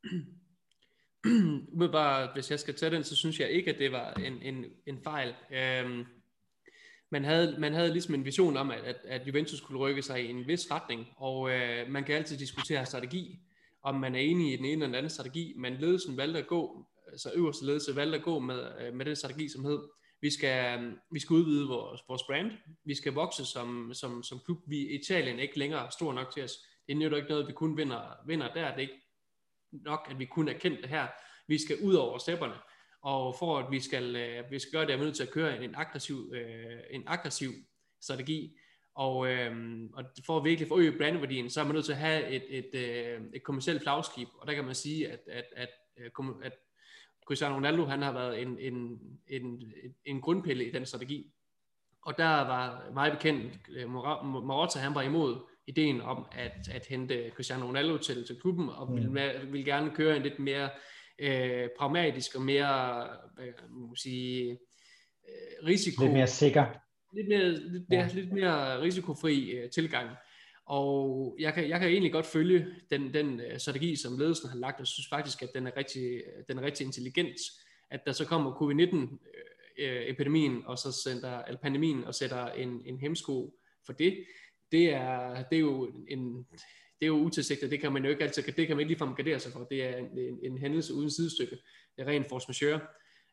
B: Umiddelbart, hvis jeg skal tage den, så synes jeg ikke, at det var en, en, en fejl. Øhm, man, havde, man havde ligesom en vision om, at, at Juventus skulle rykke sig i en vis retning, og øh, man kan altid diskutere strategi, om man er enig i den ene eller den anden strategi, men ledelsen valgte at gå, altså øverste ledelse valgte at gå med, med den strategi, som hed, vi skal, vi skal udvide vores, vores brand, vi skal vokse som, som, som klub, vi i Italien ikke længere stor nok til os, det er jo ikke noget, vi kun vinder, vinder der, det er ikke nok, at vi kun er kendt det her, vi skal ud over stepperne, og for at vi skal, vi skal gøre det, er vi nødt til at køre en aggressiv, en aggressiv strategi, og, øhm, og for at virkelig forøge brandværdien, så er man nødt til at have et, et, et, et kommercielt flagskib, og der kan man sige, at, at, at, at Cristiano Ronaldo, han har været en, en, en, en grundpille i den strategi, og der var meget bekendt, Marotta, han var imod ideen om at, at hente Cristiano Ronaldo til, til klubben, og ville, ville gerne køre en lidt mere øh, pragmatisk og mere, hvad man må sige, øh, risiko...
A: Lidt mere sikker.
B: Lidt mere, lidt, ja, lidt mere risikofri øh, tilgang. Og jeg kan, jeg kan egentlig godt følge den, den uh, strategi, som ledelsen har lagt, og synes faktisk, at den er rigtig, den er rigtig intelligent, at der så kommer covid nitten epidemien, og så sender, eller pandemien, og sætter en, en hemsko for det. Det er, det er jo en, det er jo utilsigtet, det kan man jo ikke altid, det kan man ikke ligefrem gardere sig for. Det er en, en, en hændelse uden sidestykke. Det er ren force majeure.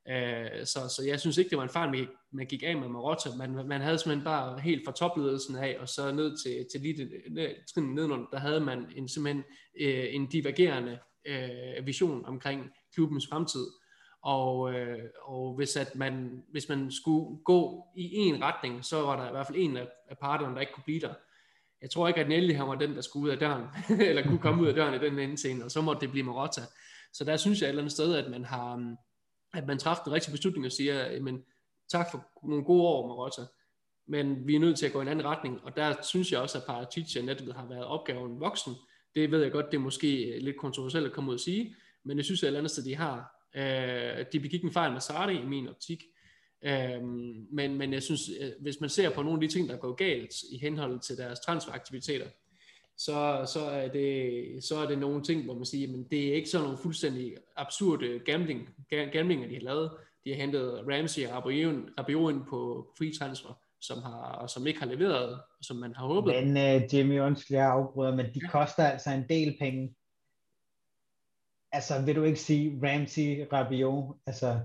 B: Øh, så, så jeg synes ikke, det var en fejl, man, man gik af med Marotta. Man, man havde simpelthen bare helt fra topledelsen af, og så ned til, til lige ned, trin nedenunder, der havde man en, simpelthen øh, en divergerende øh, vision omkring klubbens fremtid. Og, øh, og hvis, at man, hvis man skulle gå i en retning, så var der i hvert fald en af, af parterne, der ikke kunne blive der. Jeg tror ikke, at Nelly han var den, der skulle ud af døren, eller kunne komme ud af døren i den ende scene, og så måtte det blive Marotta. Så der synes jeg et eller andet sted, at man har, at man træffede den rigtige beslutning og siger, men tak for nogle gode år, Marotta, men vi er nødt til at gå i en anden retning, og der synes jeg også, at Paratici og Nedved har været opgaven voksen. Det ved jeg godt, det er måske lidt kontroversielt at komme ud og sige, men jeg synes, at et eller andet sted, de har. Øh, de begik en fejl med Sarri i min optik, øh, men, men jeg synes, hvis man ser på nogle af de ting, der går galt i henhold til deres transferaktiviteter, så, så, er det, så er det nogle ting, hvor man siger, men det er ikke sådan nogle fuldstændig absurde gambling, gamblinger, de har lavet. De har hentet Ramsey og Rabiot ind på free transfer, som, har, som ikke har leveret, som man har håbet.
A: Men uh, Jimmy, undskyld, jeg afbryder, men de ja. koster altså en del penge. Altså, vil du ikke sige Ramsey, Rabiot, altså,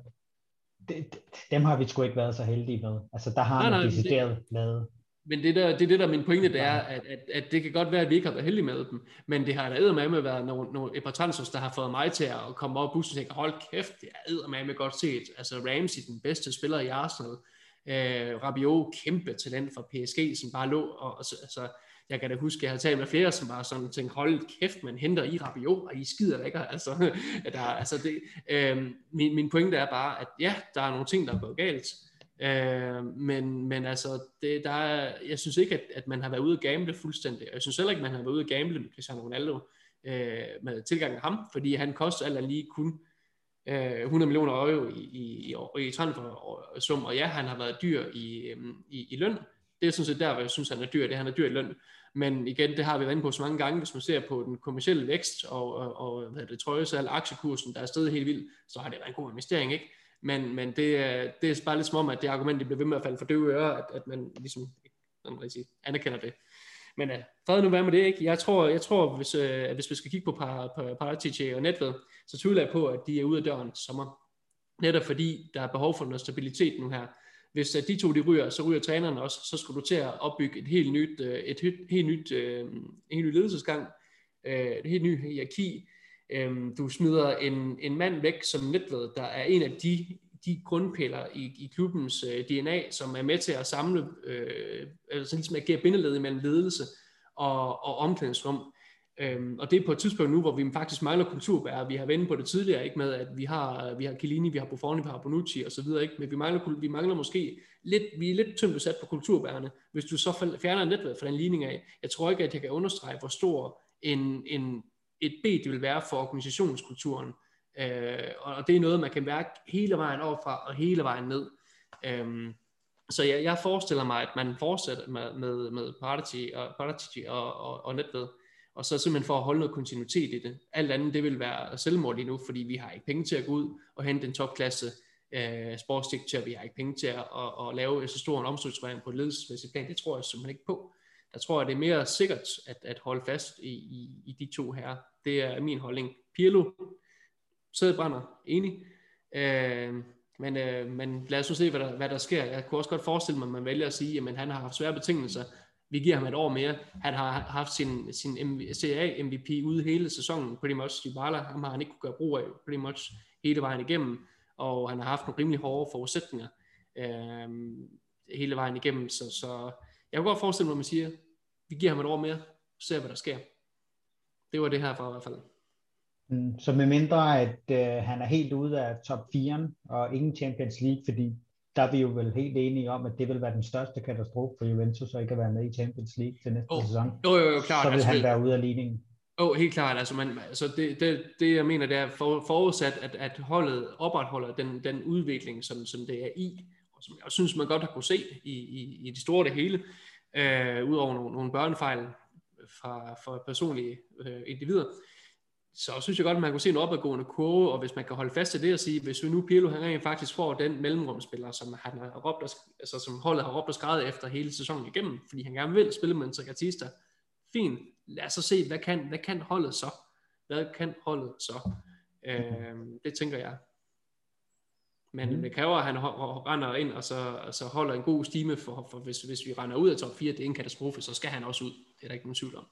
A: det, dem har vi sgu ikke været så heldige med. Altså, der har man decideret lavet.
B: Men det, der, det er det, der min pointe, det er, at, at, at det kan godt være, at vi ikke har været heldige med dem, men det har da eddermame været nogle, nogle, et par transfers, der har fået mig til at komme op i bussen og tænke, hold kæft, det er eddermame godt set. Altså Ramsey, den bedste spiller i Arsenal, øh, Rabiot, kæmpe talent for P S G, som bare lå, og altså, jeg kan da huske, at jeg havde talt med flere, som bare sådan tænkte, hold kæft, man henter i Rabiot, og I skider da ikke. Altså, der, altså det, øh, min, min pointe er bare, at ja, der er nogle ting, der er gået galt, øh, men, men altså, det, der er, jeg synes ikke, at, at man har været ude at gamble fuldstændig, og jeg synes heller ikke, at man har været ude at gamble med Cristiano Ronaldo, øh, med tilgang af ham, fordi han koster alt lige kun øh, hundrede millioner euro i, i, i, i transfersum, og ja, han har været dyr i, i, i løn. Det er sådan set der, hvor jeg synes, han er dyr, det er, han er dyr i løn. Men igen, det har vi været inde på så mange gange, hvis man ser på den kommercielle vækst og, og, og hvad det trøjesalg, aktiekursen, der er stadig helt vildt, så har det været en god investering, ikke? Men, men det, er, det er bare lidt som om, at det argument, det bliver ved med at falde for døve ører, at, at man ligesom sådan rigtig anerkender det. Men uh, fred nu være med det, ikke? Jeg tror, jeg tror hvis, uh, hvis vi skal kigge på Paratici og Nedved, så tvivler jeg på, at de er ude af døren sommer. Netop fordi der er behov for noget stabilitet nu her. Hvis de to de ryger, så ryger træneren også, så skal du til at opbygge et helt nyt, et helt nyt, en helt ny ledelsesgang, et helt nyt hierarki. Du smider en, en mand væk som Nedved, der er en af de, de grundpiller i, i klubbens D N A, som er med til at samle, øh, altså ligesom at give bindeled mellem ledelse og, og omklædningsrum. Øhm, og det er på et tidspunkt nu, hvor vi faktisk mangler kulturbærere. Vi har vendt på det tidligere, ikke med, at vi har, vi har Chiellini, vi har Buffon, vi har Bonucci og så videre, ikke? Men vi mangler, vi mangler måske lidt, vi er lidt tyndt besat på kulturbærerne. Hvis du så fjerner Nedved fra den ligning af, jeg tror ikke, at jeg kan understrege, hvor stor en, en, et B det vil være for organisationskulturen. Øh, og det er noget, man kan mærke hele vejen overfra og hele vejen ned. Øhm, så jeg, jeg forestiller mig, at man fortsætter med, med, med Paratici og, Paratici og, og, og Nedved, og så simpelthen for at holde noget kontinuitet i det. Alt andet, det vil være selvmord lige nu, fordi vi har ikke penge til at gå ud og hente en topklasse øh, sportsdirektør. Vi har ikke penge til at, at, at lave så stor en omstrukturering på et ledelsesmæssigt plan. Det tror jeg simpelthen ikke på. Der tror jeg, det er mere sikkert at, at holde fast i, i, i de to her. Det er min holdning. Pirlo, sædebrænder, enig. Øh, men, øh, men lad os nu se, hvad der, hvad der sker. Jeg kunne også godt forestille mig, at man vælger at sige, at han har haft svære betingelser. Vi giver ham et år mere. Han har haft sin, sin Serie A M V P ude hele sæsonen, pretty much. Dybala, ham har han ikke kunne gøre brug af, pretty much hele vejen igennem, og han har haft nogle rimelig hårde forudsætninger øh, hele vejen igennem, så, så jeg kunne godt forestille mig, at man siger, vi giver ham et år mere, ser hvad der sker. Det var det her for i hvert fald.
A: Mm, så med mindre, at øh, han er helt ude af top fire og ingen Champions League, fordi der er vi jo vel helt enige om, at det vil være den største katastrofe for Juventus, og ikke at være med i Champions League til næste oh. sæson.
B: Jo, jo, jo, klart.
A: Så vil
B: altså,
A: han være ude af ligningen.
B: Jo, oh, helt klart. Altså, man, altså det, det, det, jeg mener, det er for, forudsat, at, at holdet opretholder den, den udvikling, som, som det er i, og som jeg synes, man godt har kunne se i, i, i det store det hele, øh, udover nogle, nogle børnefejl fra, fra personlige øh, individer. Så synes jeg godt, at man kunne se en opadgående kurve, og hvis man kan holde fast i det og sige, hvis vi nu Pirlo han rent faktisk får den mellemrumspiller, som han har råbt og, altså som holdet har råbt og skrevet efter hele sæsonen igennem, fordi han gerne vil spille med en Trequartista. Fint, lad os så se, hvad kan, hvad kan holdet så? Hvad kan holdet så? Øh, det tænker jeg. Men mm. det kræver, at han render ind, og så, og så holder en god stime, for, for hvis, hvis vi render ud af top fire, det er en katastrofe, så skal han også ud. Det er der ikke nogen tvivl om.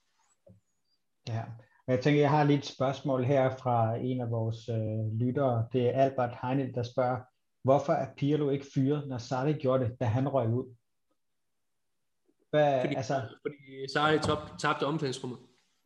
A: Ja, men jeg tænker, jeg har lige et spørgsmål her fra en af vores øh, lyttere. Det er Albert Heinel, der spørger, hvorfor er Pirlo ikke fyret, når Sarri gjorde det, da han røg ud? Hvad,
B: fordi,
A: altså...
B: fordi Sarri tabte omklædningsrummet.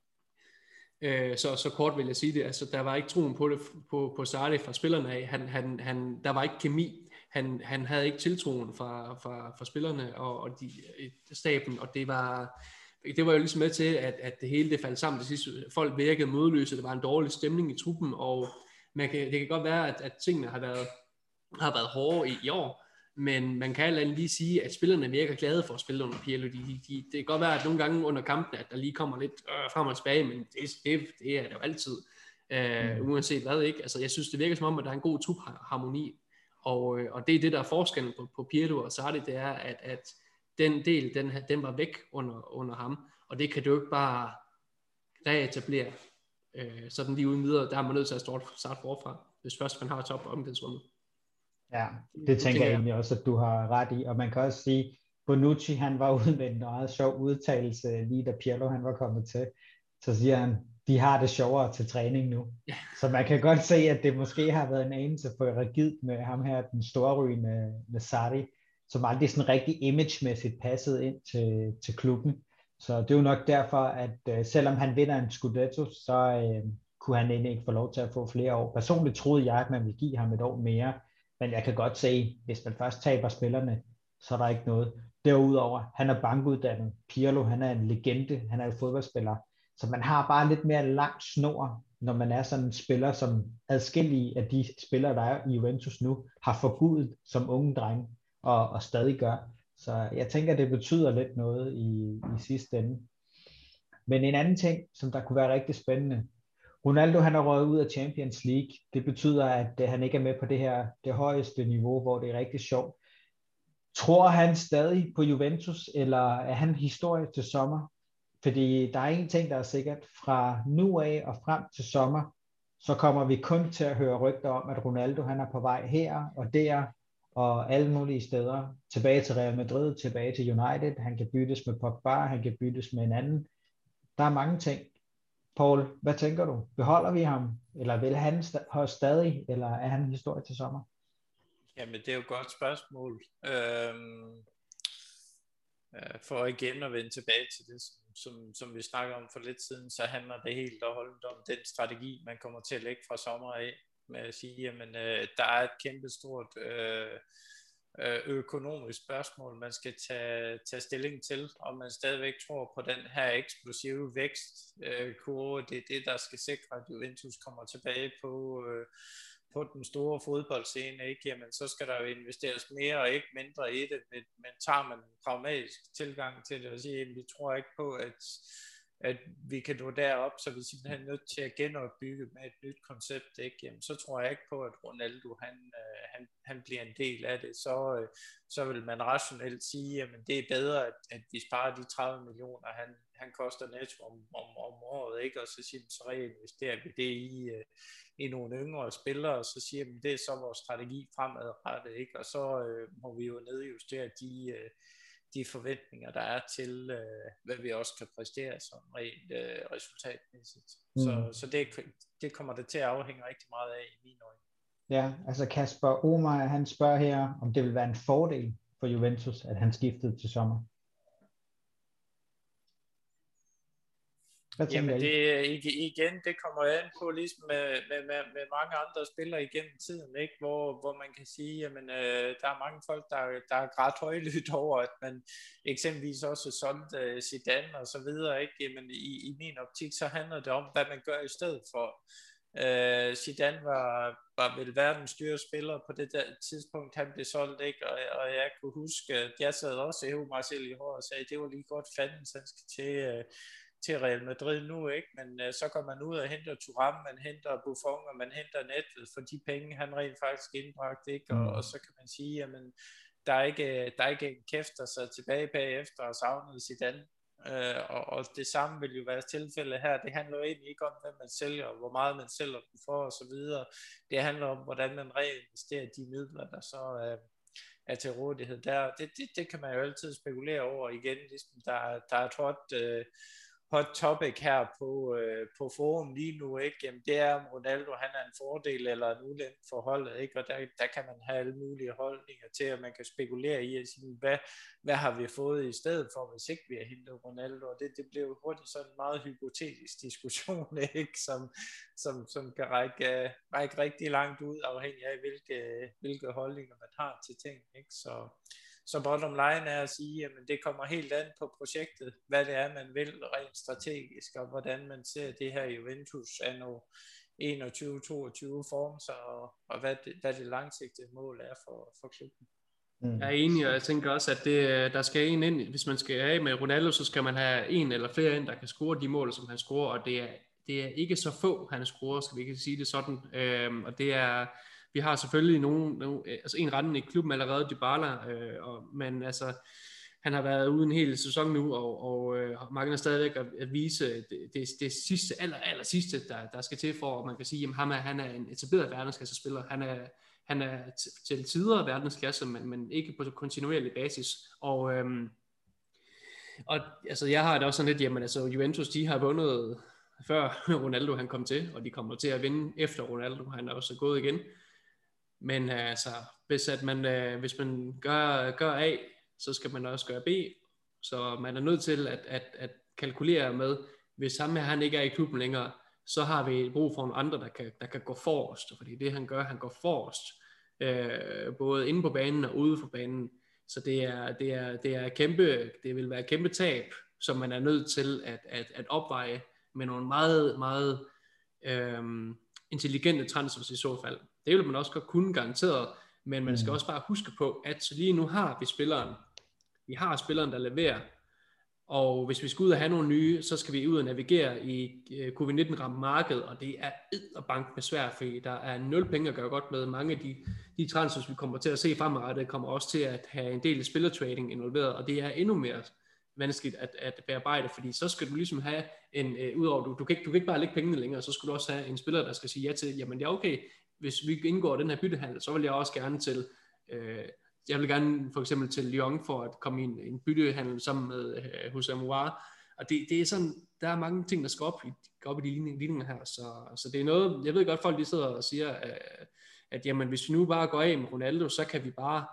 B: Øh, så, så kort vil jeg sige det. Altså, der var ikke troen på det på, på Sarri fra spillerne af. Han, han, han, der var ikke kemi. Han, han havde ikke tiltroen fra, fra, fra spillerne og, og de, staben, og det var... Det var jo ligesom med til, at, at det hele det faldt sammen det sidste. Folk virkede modløse, det var en dårlig stemning i truppen, og man kan, det kan godt være, at, at tingene har været, har været hårde i, i år, men man kan altså lige sige, at spillerne virker glade for at spille under Pirlo. De, de, de, det kan godt være, at nogle gange under kampen, at der lige kommer lidt øh, frem og tilbage, men det, det, det er det jo altid, øh, mm. uanset hvad, ikke? Altså, jeg synes, det virker som om, at der er en god trupharmoni, og, og det er det, der er forskellen på, på Pirlo og Sarri, det er, at, at den del, den, den var væk under, under ham, og det kan du ikke bare reetablere øh, sådan lige uden videre. Der er man nødt til at starte, starte forfra, hvis først man har top omklædningsrummet.
A: Ja, det, det tænker jeg egentlig også, at du har ret i, og man kan også sige, Bonucci, han var ude med en meget sjov udtalelse, lige da Pirlo han var kommet til, så siger han, de har det sjovere til træning nu. Ja. Så man kan godt se, at det måske har været en anelse for rigidt med ham her, den storryg med, med Sarri, som aldrig sådan rigtig imagemæssigt passede ind til, til klubben. Så det er jo nok derfor, at øh, selvom han vinder en Scudetto, så øh, kunne han egentlig ikke få lov til at få flere år. Personligt troede jeg, at man ville give ham et år mere, men jeg kan godt se, hvis man først taber spillerne, så er der ikke noget. Derudover, han er bankuddannet. Pirlo, han er en legende, han er jo fodboldspiller. Så man har bare lidt mere lang snor, når man er sådan en spiller, som adskillige af de spillere, der er i Juventus nu, har forgudet som unge drenge. Og, og stadig gør. Så jeg tænker, det betyder lidt noget i, i sidste ende. Men en anden ting, som der kunne være rigtig spændende. Ronaldo, han er røget ud af Champions League. Det betyder, at han ikke er med på det her, det højeste niveau, hvor det er rigtig sjovt. Tror han stadig på Juventus, eller er han historie til sommer? Fordi der er en ting, der er sikkert. Fra nu af og frem til sommer, så kommer vi kun til at høre rygter om, at Ronaldo, han er på vej her og der, og alle mulige steder, tilbage til Real Madrid, tilbage til United, han kan byttes med Pogba, han kan byttes med en anden. Der er mange ting. Paul, hvad tænker du? Beholder vi ham, eller vil han st- stadig, eller er han historie til sommer?
C: Jamen, det er jo et godt spørgsmål. Øhm, øh, for igen at vende tilbage til det, som, som, som vi snakkede om for lidt siden, så handler det helt og holdt om den strategi, man kommer til at lægge fra sommer af, med at sige, jamen øh, der er et kæmpe stort øh, økonomisk spørgsmål, man skal tage, tage stilling til, om man stadigvæk tror på den her eksplosive vækstkurve. Øh, det er det, der skal sikre, at Juventus kommer tilbage på, øh, på den store fodboldscene, ikke? Jamen, så skal der jo investeres mere og ikke mindre i det, men, men tager man en pragmatisk tilgang til det og siger, at vi tror ikke på, at at vi kan nå derop, så vi simpelthen er nødt til at genopbygge med et nyt koncept, ikke? Jamen, så tror jeg ikke på, at Ronaldo han, øh, han, han bliver en del af det. Så, øh, så vil man rationelt sige, at det er bedre, at, at vi sparer de tredive millioner, han, han koster netto om, om, om året, ikke? Og så, siger man, så reinvesterer vi det i, øh, i nogle yngre spillere, og så siger man, det er så vores strategi fremadrettet, ikke? Og så øh, må vi jo nedjustere de øh, de forventninger, der er til, øh, hvad vi også kan præstere som rent øh, resultatmæssigt. Mm. Så, så det, det kommer det til at afhænge rigtig meget af i mine øjne.
A: Ja, altså Kasper Omar, han spørger her, om det vil være en fordel for Juventus, at han skiftede til sommer.
C: Jamen det igen, det kommer an på ligesom med, med, med, med mange andre spillere igennem tiden, ikke? Hvor, hvor man kan sige, jamen øh, der er mange folk, der, der er ret højlydt over, at man eksempelvis også har solgt øh, Zidane og så videre, ikke? Jamen i, i min optik, så handler det om, hvad man gør i stedet for. Øh, Zidane var, var vel verdens dyre spiller på det der tidspunkt, han blev solgt, ikke? Og, og jeg kunne huske, at jeg sad også i Marcel i hår og sagde, det var lige godt fandens, han skal til... Øh, til Real Madrid nu, ikke? Men øh, så går man ud og henter Thuram, man henter Buffon, og man henter Nedved for de penge, han rent faktisk indbragt, ikke? Og, og så kan man sige, jamen, der er ikke, der er ikke en kæft, der sad tilbage bagefter og savnede Zidane. øh, og, og det samme vil jo være tilfældet her. Det handler jo egentlig ikke om, hvad man sælger, og hvor meget man sælger den for, og så videre. Det handler om, hvordan man reinvesterer de midler, der så øh, er til rådighed der. Det, det, det kan man jo altid spekulere over igen, ligesom der, der er et hot, uh, hot topic her på, uh, på forum lige nu, ikke? Jamen, det er, om Ronaldo han er en fordel eller en ulempe for holdet, ikke? Og der, der kan man have alle mulige holdninger til, og man kan spekulere i at sige, hvad, hvad har vi fået i stedet for, hvis ikke vi har hentet Ronaldo, og det, det bliver jo hurtigt sådan en meget hypotetisk diskussion, ikke? Som, som, som kan række, række rigtig langt ud, afhængig af hvilke, hvilke holdninger man har til ting, ikke? Så, så bottom line er at sige, at det kommer helt an på projektet, hvad det er, man vil rent strategisk, og hvordan man ser det her Juventus anno enogtyve toogtyve form sig, og, og hvad, det, hvad det langsigtede mål er for, for klubben.
B: Mm. Jeg er enig, og jeg tænker også, at det, der skal en ind, hvis man skal have med Ronaldo, så skal man have en eller flere ind, der kan score de mål, som han scorer, og det er, det er ikke så få, han scorer, skal vi ikke sige det sådan, øhm, og det er, vi har selvfølgelig nogen, nogen altså en rende i klubben allerede, Dybala, øh, og, men altså, han har været ude en hel sæson nu, og, og øh, mangler stadigvæk at, at vise det, det, det sidste, aller, aller sidste, der, der skal til for, at man kan sige, at ham er, han er en etableret verdensklassespiller, han er Han er til tider verdensklasse, men, men ikke på kontinuerlig basis. Og, øhm, og altså, jeg har det også sådan lidt, jamen altså, Juventus, de har vundet før Ronaldo han kom til, og de kommer til at vinde efter Ronaldo, han er også gået igen. Men altså, hvis, at man, øh, hvis man gør, gør A, så skal man også gøre B. Så man er nødt til at, at, at kalkulere med, hvis ham her, han ikke er i klubben længere, så har vi brug for nogle andre, der kan, der kan gå forrest, fordi det han gør, han går forrest, øh, både inde på banen og ude for banen, så det er, det er, det er kæmpe, det vil være kæmpe tab, som man er nødt til at, at, at opveje med nogle meget, meget øh, intelligente transfers i så fald. Det vil man også godt kunne garanteret, men man skal også bare huske på, at lige nu har vi spilleren, vi har spilleren, der leverer, og hvis vi skal ud og have nogle nye, så skal vi ud og navigere i covid nitten-ramt marked, og det er edderbank med svært, fordi der er nul penge at gøre godt med. Mange af de, de transfers, vi kommer til at se fremadrettet, kommer også til at have en del spillertrading involveret, og det er endnu mere vanskeligt at, at bearbejde, fordi så skal du ligesom have en, øh, udover, du, du, kan ikke, du kan ikke bare lægge pengene længere, så skal du også have en spiller, der skal sige ja til, jamen det er okay, hvis vi indgår den her byttehandel, så vil jeg også gerne til... Øh, Jeg vil gerne for eksempel til Lyon for at komme i en, en byttehandel sammen med uh, Houssem Aouar. Og det, det er sådan, der er mange ting, der skal op i, op i de ligninger her. Så, så det er noget, jeg ved godt, folk de sidder og siger, at, at jamen, hvis vi nu bare går af med Ronaldo, så kan vi bare,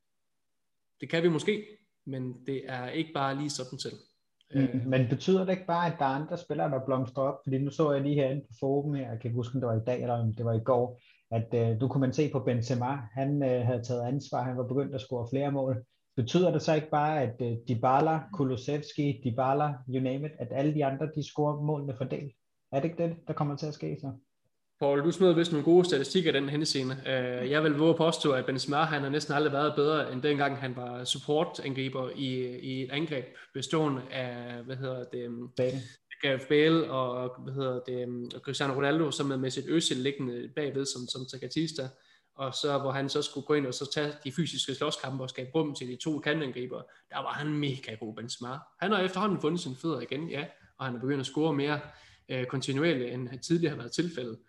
B: det kan vi måske, men det er ikke bare lige sådan til.
A: Mm, men betyder det ikke bare, at der er andre spillere, der blomstrer op? Fordi nu så jeg lige herinde på forum her, jeg kan ikke huske, om det var i dag, eller om det var i går, at øh, du kunne man se på Benzema, han øh, havde taget ansvar, han var begyndt at score flere mål. Betyder det så ikke bare, at øh, Dybala, Kulusevski, Dybala, you name it, at alle de andre, de scorer målene fordelt? Er det ikke det, der kommer til at ske så?
B: Paul, du smed vist nogle gode statistikker i den henseende. Jeg vil våge at påstå, at Benzema, han har næsten aldrig været bedre, end dengang han var support-angriber i, i et angreb bestående af, hvad hedder det,
A: Bale.
B: Gareth Bale og, hvad hedder det, og Cristiano Ronaldo, som med sit Özil liggende bagved som, som Takatista, og så hvor han så skulle gå ind og så tage de fysiske slåskampe og skabe rum til de to kantangriber, der var han mega god, Benzema. Han har efterhånden fundet sin fødder igen, ja, og han er begyndt at score mere øh, kontinuerligt, end tidligere har været tilfældet.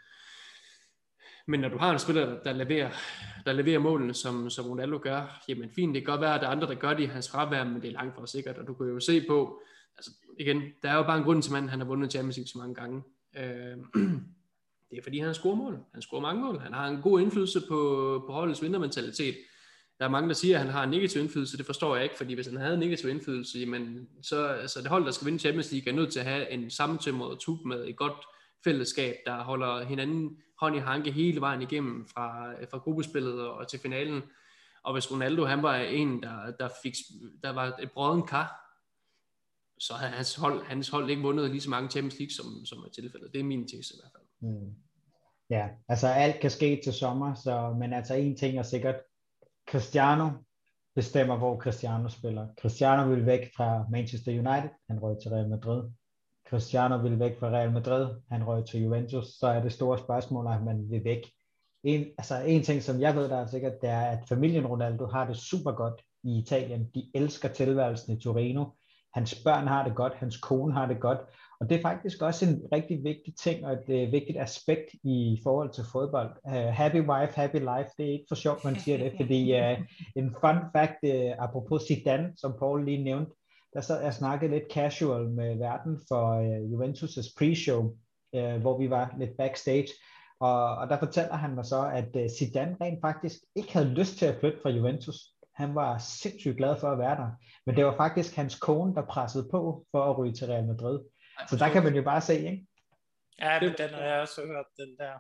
B: Men når du har en spiller, der leverer, der leverer målene, som, som Ronaldo gør, jamen fint, det kan godt være, at der er andre, der gør det i hans fravær, men det er langt fra sikkert, og du kan jo se på, altså igen, der er jo bare en grund til, at han har vundet Champions League så mange gange. Øh, det er fordi, han scorer mål. Han scorer mange mål. Han har en god indflydelse på, på holdets vindermentalitet. Der er mange, der siger, at han har en negativ indflydelse. Det forstår jeg ikke, fordi hvis han havde en negativ indflydelse, jamen, så altså, det hold, der skal vinde Champions League, er nødt til at have en sammentømret tub med et godt fællesskab, der holder hinanden hånd i hanke hele vejen igennem fra, fra gruppespillet og til finalen. Og hvis Ronaldo, han var en, der, der, fik, der var et brødden kar, så havde hans hold, hans hold ikke vundet lige så mange Champions League, som, som er tilfældet. Det er min tese i hvert fald.
A: Mm. Ja, altså alt kan ske til sommer, så, men altså en ting er sikkert, Cristiano bestemmer, hvor Cristiano spiller. Cristiano vil væk fra Manchester United, han røg til Real Madrid. Cristiano vil væk fra Real Madrid, han røg til Juventus, så er det store spørgsmål, at man vil væk. En, altså en ting, som jeg ved, der er sikkert, det er, at familien Ronaldo har det super godt i Italien. De elsker tilværelsen i Torino. hans børn har det godt, hans kone har det godt, og det er faktisk også en rigtig vigtig ting, og et uh, vigtigt aspekt i forhold til fodbold. Uh, happy wife, happy life, det er ikke for sjovt, man siger det, fordi uh, en fun fact, uh, apropos Zidane, som Paul lige nævnte, der sad jeg snakket lidt casual med verden for uh, Juventus' pre-show, uh, hvor vi var lidt backstage, og, og der fortæller han mig så, at uh, Zidane rent faktisk ikke havde lyst til at flytte fra Juventus. Han var sindssygt glad for at være der, men det var faktisk hans kone, der pressede på for at ryge til Real Madrid. Så der kan man jo bare se, ikke?
C: Ja, men den har jeg også hørt, den der.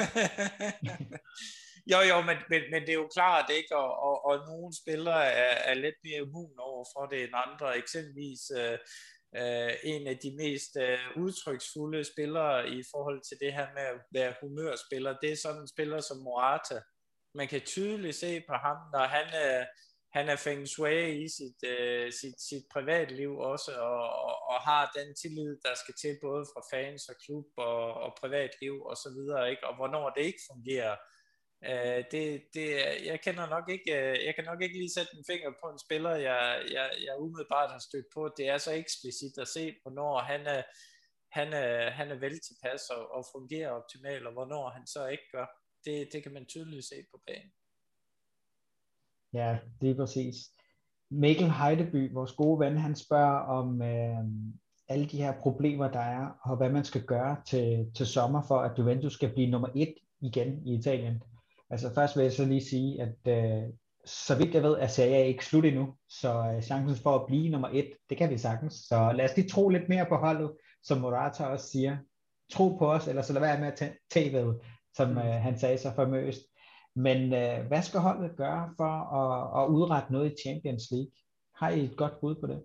C: jo, jo, men, men, men det er jo klart, ikke? Og, og, og nogle spillere er, er lidt mere immun over for det end andre. Eksempelvis øh, øh, en af de mest øh, udtryksfulde spillere i forhold til det her med at være humørspiller, det er sådan en spiller som Morata. Man kan tydeligt se på ham, når han er... Han er feng shui i sit, øh, sit, sit privatliv også, og, og, og har den tillid, der skal til både fra fans og klub og, og privatliv og så videre, ikke? Og hvornår det ikke fungerer. Øh, det, det, jeg, kender nok ikke, jeg kan nok ikke lige sætte en finger på en spiller, jeg, jeg, jeg umiddelbart har stødt på. Det er så eksplicit at se, hvornår han er, han er, han er vel tilpas og, og fungerer optimalt, og hvornår han så ikke gør. Det, det kan man tydeligt se på banen.
A: Ja, det er præcis. Mikkel Heideby, vores gode ven, han spørger om øh, alle de her problemer, der er, og hvad man skal gøre til, til sommer, for at Juventus skal blive nummer et igen i Italien. Altså først vil jeg så lige sige, at øh, så vidt jeg ved, er Serie A ikke slut endnu, så øh, chancen for at blive nummer et, det kan vi sagtens. Så lad os lige tro lidt mere på holdet, som Morata også siger. Tro på os, eller så lad være med at tage ved, som øh, han sagde så famøst. Men øh, hvad skal holdet gøre for at, at udrette noget i Champions League? Har I et godt bud på det?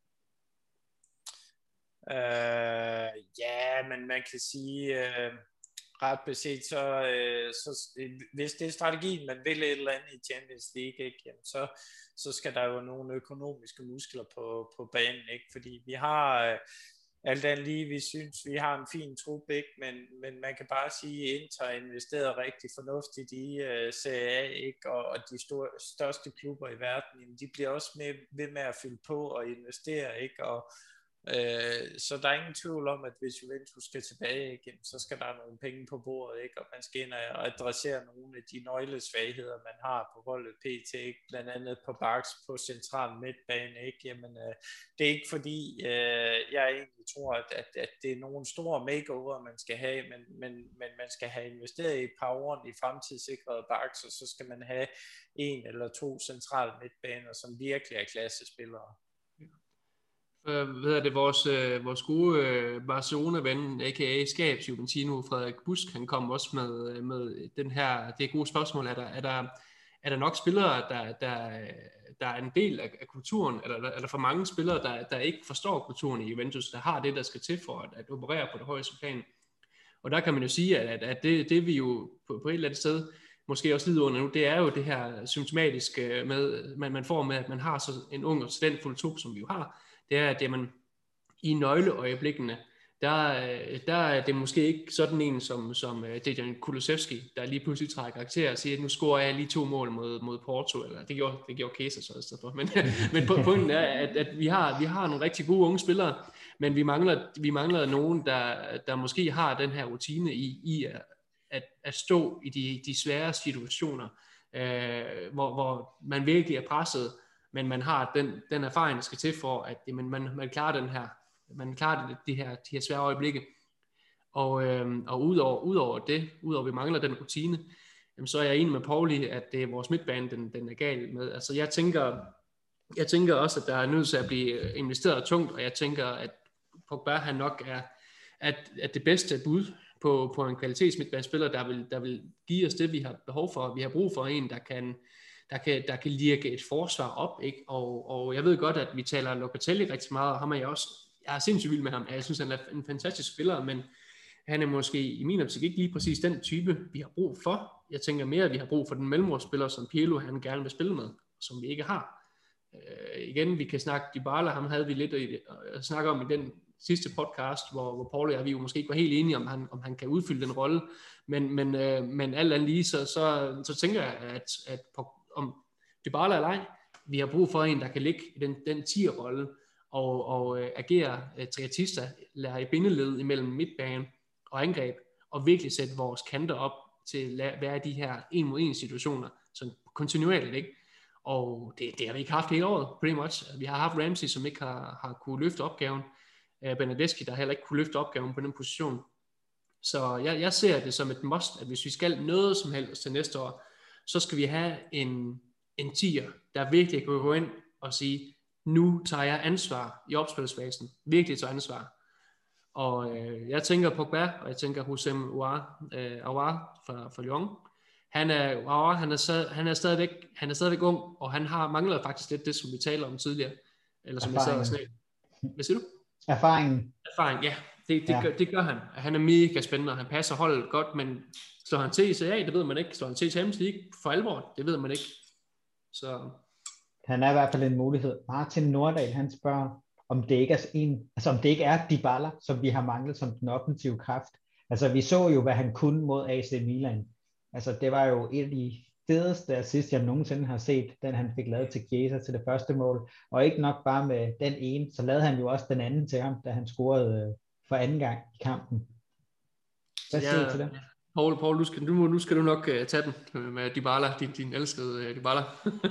C: Uh, ja, men man kan sige, uh, ret beset, så, uh, så hvis det er strategien, man vil et eller andet i Champions League, ikke, jamen, så, så skal der jo nogle økonomiske muskler på, på banen, ikke? Fordi vi har... Uh, Alt andet lige, vi synes, vi har en fin trup, ikke? Men, men man kan bare sige, at Inter har investeret rigtig fornuftigt i uh, Serie A, ikke? Og, og de store, største klubber i verden, jamen, de bliver også med, ved med at fylde på og investere, ikke? Og, øh, så der er ingen tvivl om, at hvis Juventus skal tilbage igen, så skal der nogle penge på bordet, ikke? Og man skal ind og adressere nogle af de nøglesvagheder, man har på holdet P T, ikke? Blandt andet på baks på central midtbane, ikke? Jamen, øh, det er ikke fordi, øh, jeg egentlig tror, at, at, at det er nogle store makeover, man skal have, men, men, men man skal have investeret i et par ordentlige fremtidssikrede baks, og så skal man have en eller to centrale midtbaner, som virkelig er klassespillere.
B: Øh, hvad er det, vores, øh, vores gode øh, Barcelona-ven, aka Skabs Juventino, Frederik Busk, han kom også med, med den her, det er gode spørgsmål, er der, er der, er der nok spillere, der, der, der er en del af, af kulturen, eller er der for mange spillere, der, der ikke forstår kulturen i Juventus, der har det, der skal til for at, at operere på det højeste plan? Og der kan man jo sige, at, at det, det vi jo på, på et eller andet sted måske også lider under nu, det er jo det her symptomatiske med, man, man får med, at man har så en ung og talentfuld trup, som vi jo har. Det er, at man i nøgleøjeblikkene, der, der er det måske ikke sådan en som, som Dejan Kulusevski, der lige pludselig trækker karakter og siger, at nu scorer jeg lige to mål mod, mod Porto, eller det gjorde, det gjorde Kesa så i stedet for. Men, men pointen er, at, at vi, har, vi har nogle rigtig gode unge spillere, men vi mangler, vi mangler nogen, der, der måske har den her rutine i, i at, at stå i de, de svære situationer, øh, hvor, hvor man virkelig er presset, men man har den, den erfaring, der skal til for, at jamen, man, man klarer den her, man klarer det, de, her, de her svære øjeblikke. Og, øhm, og udover, udover det, udover at vi mangler den rutine, jamen, så er jeg enig med Pauli, at det er vores midtbane, den, den er gal med. Altså jeg tænker, jeg tænker også, at der er nødt til at blive investeret tungt, og jeg tænker, at Pogba han nok er at, at det bedste bud på, på en kvalitetsmidtbanespiller, der vil, der vil give os det, vi har behov for. Vi har brug for en, der kan der kan, der kan lirke et forsvar op, ikke? Og, og jeg ved godt, at vi taler Locatelli rigtig meget, og ham er jeg også, jeg er sindssygt vild med ham, jeg synes, han er en fantastisk spiller, men han er måske i min optik ikke lige præcis den type, vi har brug for. Jeg tænker mere, at vi har brug for den mellemrådsspiller, som Pirlo han gerne vil spille med, som vi ikke har. Øh, igen, vi kan snakke Dybala, ham havde vi lidt at snakke om i den sidste podcast, hvor, hvor Paul og jeg, vi jo måske ikke var helt enige, om han, om han kan udfylde den rolle, men, men, øh, men alt andet lige, så, så, så tænker jeg, at, at på, om Dybala eller ej, vi har brug for en, der kan ligge i den, den tier-rolle, og, og øh, agere øh, triatista, lære i bindeled imellem midtbane og angreb, og virkelig sætte vores kanter op til at være de her en mod en situationer, sådan kontinuerligt, ikke? Og det, det har vi ikke haft hele året, pretty much. Vi har haft Ramsey, som ikke har, har kunne løfte opgaven, uh, Bernardeschi, der heller ikke kunne løfte opgaven på den position. Så jeg, jeg ser det som et must, at hvis vi skal noget som helst til næste år, så skal vi have en, en tier, der virkelig kan gå ind og sige, nu tager jeg ansvar i opspilsfasen, virkelig tager ansvar. Og øh, jeg tænker Pogba, og jeg tænker Houssem Aouar, øh, Aouar fra, fra Lyon. Han er, Aouar, han, er sad, han, er stadigvæk, han er stadigvæk ung, og han har manglet faktisk lidt det, som vi taler om tidligere. Eller som jeg sad og sned. Hvad siger du?
A: Erfaringen.
B: Erfaring, ja. Det, det, ja. Gør, det gør han. Han er mega spændende, og han passer holdet godt, men slår han til i C A, det ved man ikke. Slår han til i Champions League for alvor, det ved man ikke. Så...
A: Han er i hvert fald en mulighed. Martin Nordahl, han spørger, om det ikke er en, altså om det ikke er Dybala, som vi har manglet som den offensive kraft. Altså vi så jo, hvad han kunne mod A C Milan. Altså det var jo et af de fedeste assist, jeg nogensinde har set, den han fik lavet til Chiesa til det første mål. Og ikke nok bare med den ene, så lavede han jo også den anden til ham, da han scorede for anden gang i kampen. Hvad siger du til det?
B: Paul, Paul nu, skal, nu, nu skal du nok uh, tage den med Dybala, din, din elskede uh, Dybala.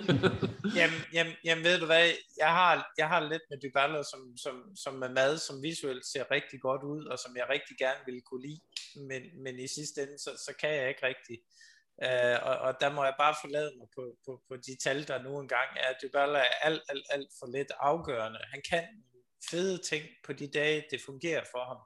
C: jamen, jamen, jamen ved du hvad, jeg har, jeg har lidt med Dybala, som, som, som med mad, som visuelt ser rigtig godt ud, og som jeg rigtig gerne ville kunne lide, men, men i sidste ende, så, så kan jeg ikke rigtig. Uh, og, og der må jeg bare forlade mig på, på, på de tal, der nu engang er. Dybala er alt, alt, alt for lidt afgørende. Han kan fede ting på de dage, det fungerer for ham.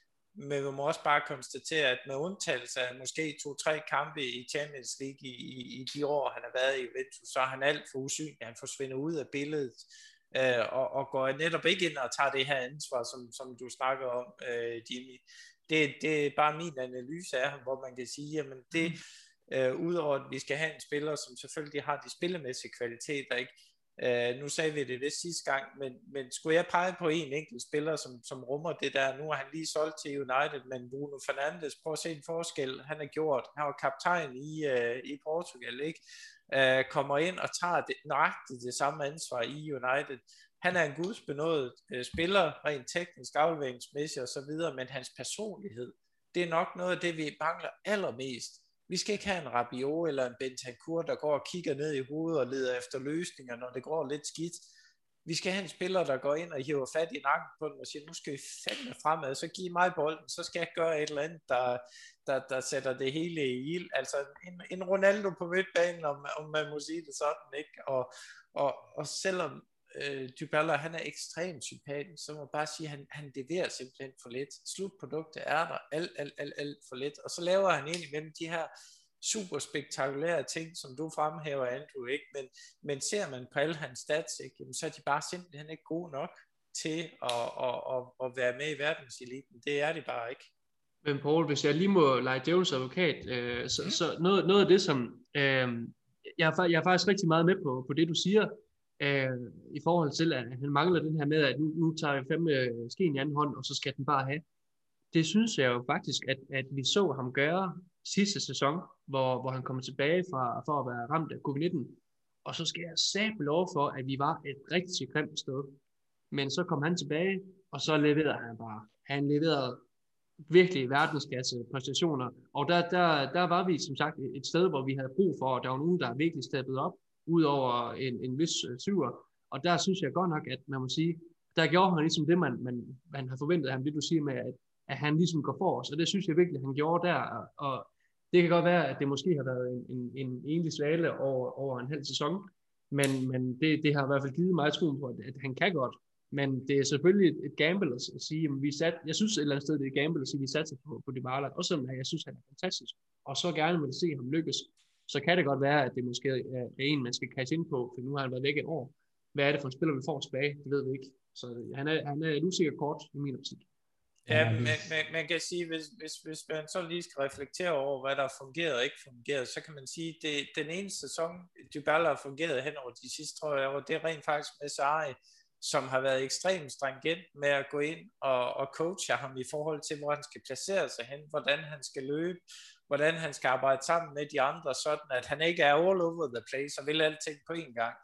C: Men vi må også bare konstatere, at med undtagelse af måske to-tre kampe i Champions League i, i, i de år, han har været i Juventus, så er han alt for usynlig. Han forsvinder ud af billedet øh, og, og går netop ikke ind og tager det her ansvar, som, som du snakker om, øh, Jimmy. Det, det er bare min analyse af ham, hvor man kan sige, jamen det, øh, udover at vi skal have en spiller, som selvfølgelig har de spillemæssige kvaliteter, ikke? Uh, nu sagde vi det det sidste gang, men, men skulle jeg pege på en enkelt spiller, som, som rummer det der, nu har han lige solgt til United, men Bruno Fernandes, prøv at se en forskel, han har gjort, han var kaptajn i, uh, i Portugal, ikke? Uh, kommer ind og tager det, nøjagtigt det samme ansvar i United. Han er en gudsbenået uh, spiller, rent teknisk, afleveringsmæssigt og så videre, men hans personlighed, det er nok noget af det, vi mangler allermest. Vi skal ikke have en Rabiot eller en Bentancur, der går og kigger ned i hovedet og leder efter løsninger, når det går lidt skidt. Vi skal have en spiller, der går ind og hiver fat i nakken på den og siger, nu skal vi fandme fremad, så giv mig bolden, så skal jeg gøre et eller andet, der, der, der sætter det hele i ild. Altså en, en Ronaldo på midtbanen, om, om man må sige det sådan, ikke? Og, og, og selvom øh, Dybala, han er ekstremt sympatisk, så må man bare sige, at han, han leverer simpelthen for lidt. Slutproduktet er der alt, alt, alt, alt for lidt. Og så laver han ind imellem de her super spektakulære ting, som du fremhæver, Andrew, ikke? Men, men ser man på alle hans stats, ikke? Jamen, så er de bare simpelthen ikke gode nok til at, at, at, at være med i verdenseliten. Det er de bare ikke.
B: Men Paul, hvis jeg lige må lege djævelens advokat, øh, så, så noget, noget af det, som øh, jeg, er, jeg er faktisk rigtig meget med på, på det, du siger, øh, i forhold til, at han mangler den her med, at nu, nu tager jeg fem øh, skeen i anden hånd, og så skal den bare have. Det synes jeg jo faktisk, at, at vi så ham gøre sidste sæson, hvor, hvor han kom tilbage fra, for at være ramt af covid nitten. Og så skal jeg sætte lov for, at vi var et rigtig grimt sted. Men så kom han tilbage, og så leverede han bare. Han leverede virkelig verdensklasse præstationer. Og der, der, der var vi som sagt et sted, hvor vi havde brug for, og der var nogen, der virkelig steppede op, ud over en, en vis øh, syver. Og der synes jeg godt nok, at man må sige, der gjorde han ligesom det, man, man, man har forventet af ham, det du siger med, at, at han ligesom går for os. Og det synes jeg virkelig, han gjorde der. Og, og det kan godt være, at det måske har været en, en, en enlig svale over, over en halv sæson, men, men det, det har i hvert fald givet mig troen på, at, at han kan godt. Men det er selvfølgelig et, et gamble at sige, at vi sat, jeg synes et eller andet sted, det er et gamble at sige, at vi satser på, på Dybala, også selvom jeg synes, han er fantastisk, og så gerne vil se ham lykkes, så kan det godt være, at det måske er en, man skal kaste ind på, for nu har han været væk et år. Hvad er det for en spiller, vi får tilbage? Det ved vi ikke. Så han er, han er et usikkert kort i min optik.
C: Ja, man, man, man kan sige, hvis, hvis, hvis man så lige skal reflektere over, hvad der fungerer og ikke fungerer, så kan man sige, at det, den ene sæson, Dybala har fungeret hen over de sidste tre år, det er rent faktisk med Sarri, som har været ekstremt stringent med at gå ind og, og coache ham i forhold til, hvor han skal placere sig hen, hvordan han skal løbe, hvordan han skal arbejde sammen med de andre, sådan at han ikke er all over the place og vil alting på en gang.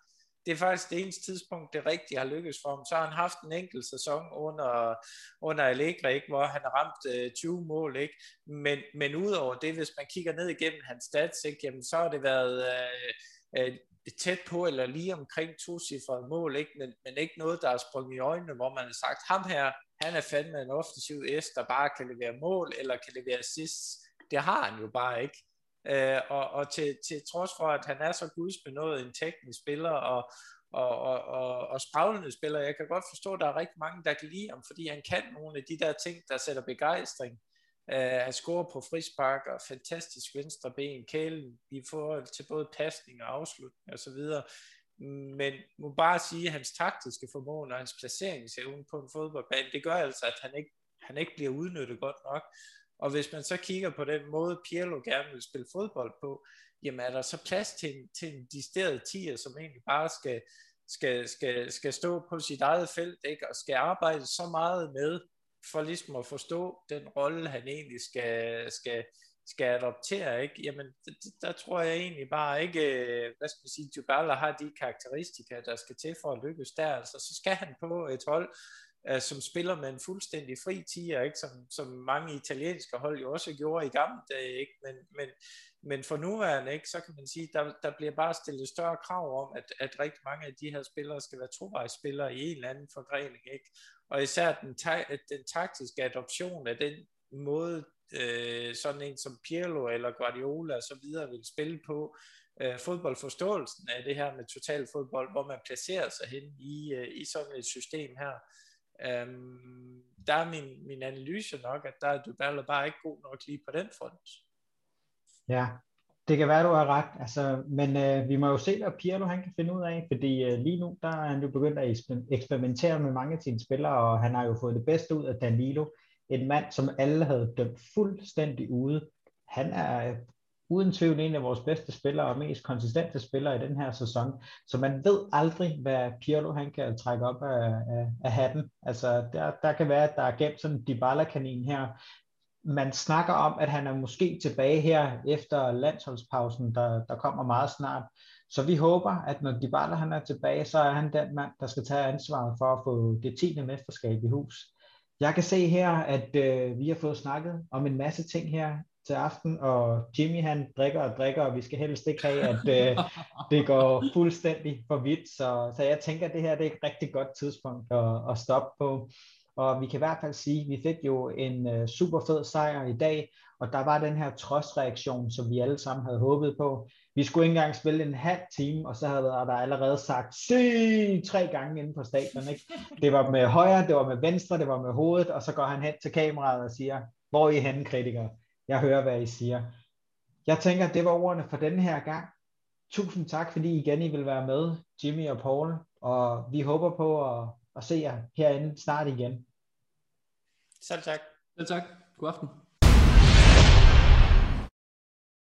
C: det er faktisk det eneste tidspunkt, det rigtige har lykkes for ham. Så har han haft en enkelt sæson under, under Allegri, ikke, hvor han har ramt øh, tyve mål, ikke? Men, men udover det, hvis man kigger ned igennem hans stats, ikke, jamen, så har det været øh, øh, tæt på eller lige omkring tocifrede mål, ikke? Men, men ikke noget, der er sprunget i øjnene, hvor man har sagt, ham her, han er fandme en offensiv S, der bare kan levere mål eller kan levere assists. Det har han jo bare ikke. Øh, og og til, til trods for, at han er så gudsbenået en teknisk spiller og, og, og, og, og spraglende spiller, jeg kan godt forstå, at der er rigtig mange, der kan lide ham, fordi han kan nogle af de der ting, der sætter begejstring. Øh, han scorer på frispark og fantastisk venstre ben, kælen i forhold til både pasning og afslutning og så videre. Men må bare sige, at hans taktiske formåen og hans placeringsevne på en fodboldbane, det gør altså, at han ikke, han ikke bliver udnyttet godt nok. Og hvis man så kigger på den måde, Pirlo gerne vil spille fodbold på, jamen er der så plads til en, til en decideret tier, som egentlig bare skal, skal, skal, skal stå på sit eget felt, ikke? Og skal arbejde så meget med, for ligesom at forstå den rolle, han egentlig skal, skal, skal adoptere, ikke? Jamen, der, der tror jeg egentlig bare ikke, hvad skal man sige, Dybala har de karakteristika, der skal til for at lykkes der. Altså, så skal han på et hold, uh, som spiller med en fuldstændig fri tier, ikke? Som, som mange italienske hold jo også gjorde i gamle dage, ikke? Men, men, men for nuværende, ikke, så kan man sige, der, der bliver bare stillet større krav om, at, at rigtig mange af de her spillere skal være tovejsspillere i en eller anden forgrening, ikke? Og især den, den taktiske adoption af den måde, øh, sådan en som Pirlo eller Guardiola og så videre vil spille på, øh, fodboldforståelsen af det her med totalfodbold, hvor man placerer sig hen i, øh, i sådan et system her. Um, der er min, min analyse nok, at der er Dybala bare ikke god nok lige på den front.
A: Ja, det kan være, du har ret, altså, men øh, vi må jo se, hvad Pirlo han kan finde ud af, fordi øh, lige nu der er han jo begyndt at eksperimentere med mange af sine spillere, og han har jo fået det bedste ud af Danilo, en mand, som alle havde dømt fuldstændig ude. Han er øh, uden tvivl en af vores bedste spillere og mest konsistente spillere i den her sæson, så man ved aldrig, hvad Pirlo han kan trække op af, af, af hatten. Altså, der, der kan være, at der er gemt sådan en Dybala-kanin her. Man snakker om, at han er måske tilbage her efter landsholdspausen, der, der kommer meget snart. Så vi håber, at når Dybala han er tilbage, så er han den mand, der skal tage ansvaret for at få det tiende mesterskab i hus. Jeg kan se her, at øh, vi har fået snakket om en masse ting her til aften, og Jimmy han drikker og drikker, og vi skal helst ikke have, at øh, det går fuldstændig for vidt. Så, så jeg tænker, at det her det er et rigtig godt tidspunkt at, at stoppe på. Og vi kan i hvert fald sige, at vi fik jo en uh, super fed sejr i dag, og der var den her trodsreaktion, som vi alle sammen havde håbet på. Vi skulle ikke engang spille en halv time, og så havde der allerede sagt syg tre gange inde på stadion, ikke? Det var med højre, det var med venstre, det var med hovedet, og så går han hen til kameraet og siger, hvor er I henne, kritikere? Jeg hører, hvad I siger. Jeg tænker, det var ordene for denne her gang. Tusind tak, fordi I igen I vil være med, Jimmy og Paul, og vi håber på at og se jer herinde snart igen.
C: Selv tak.
B: Selv tak. God aften.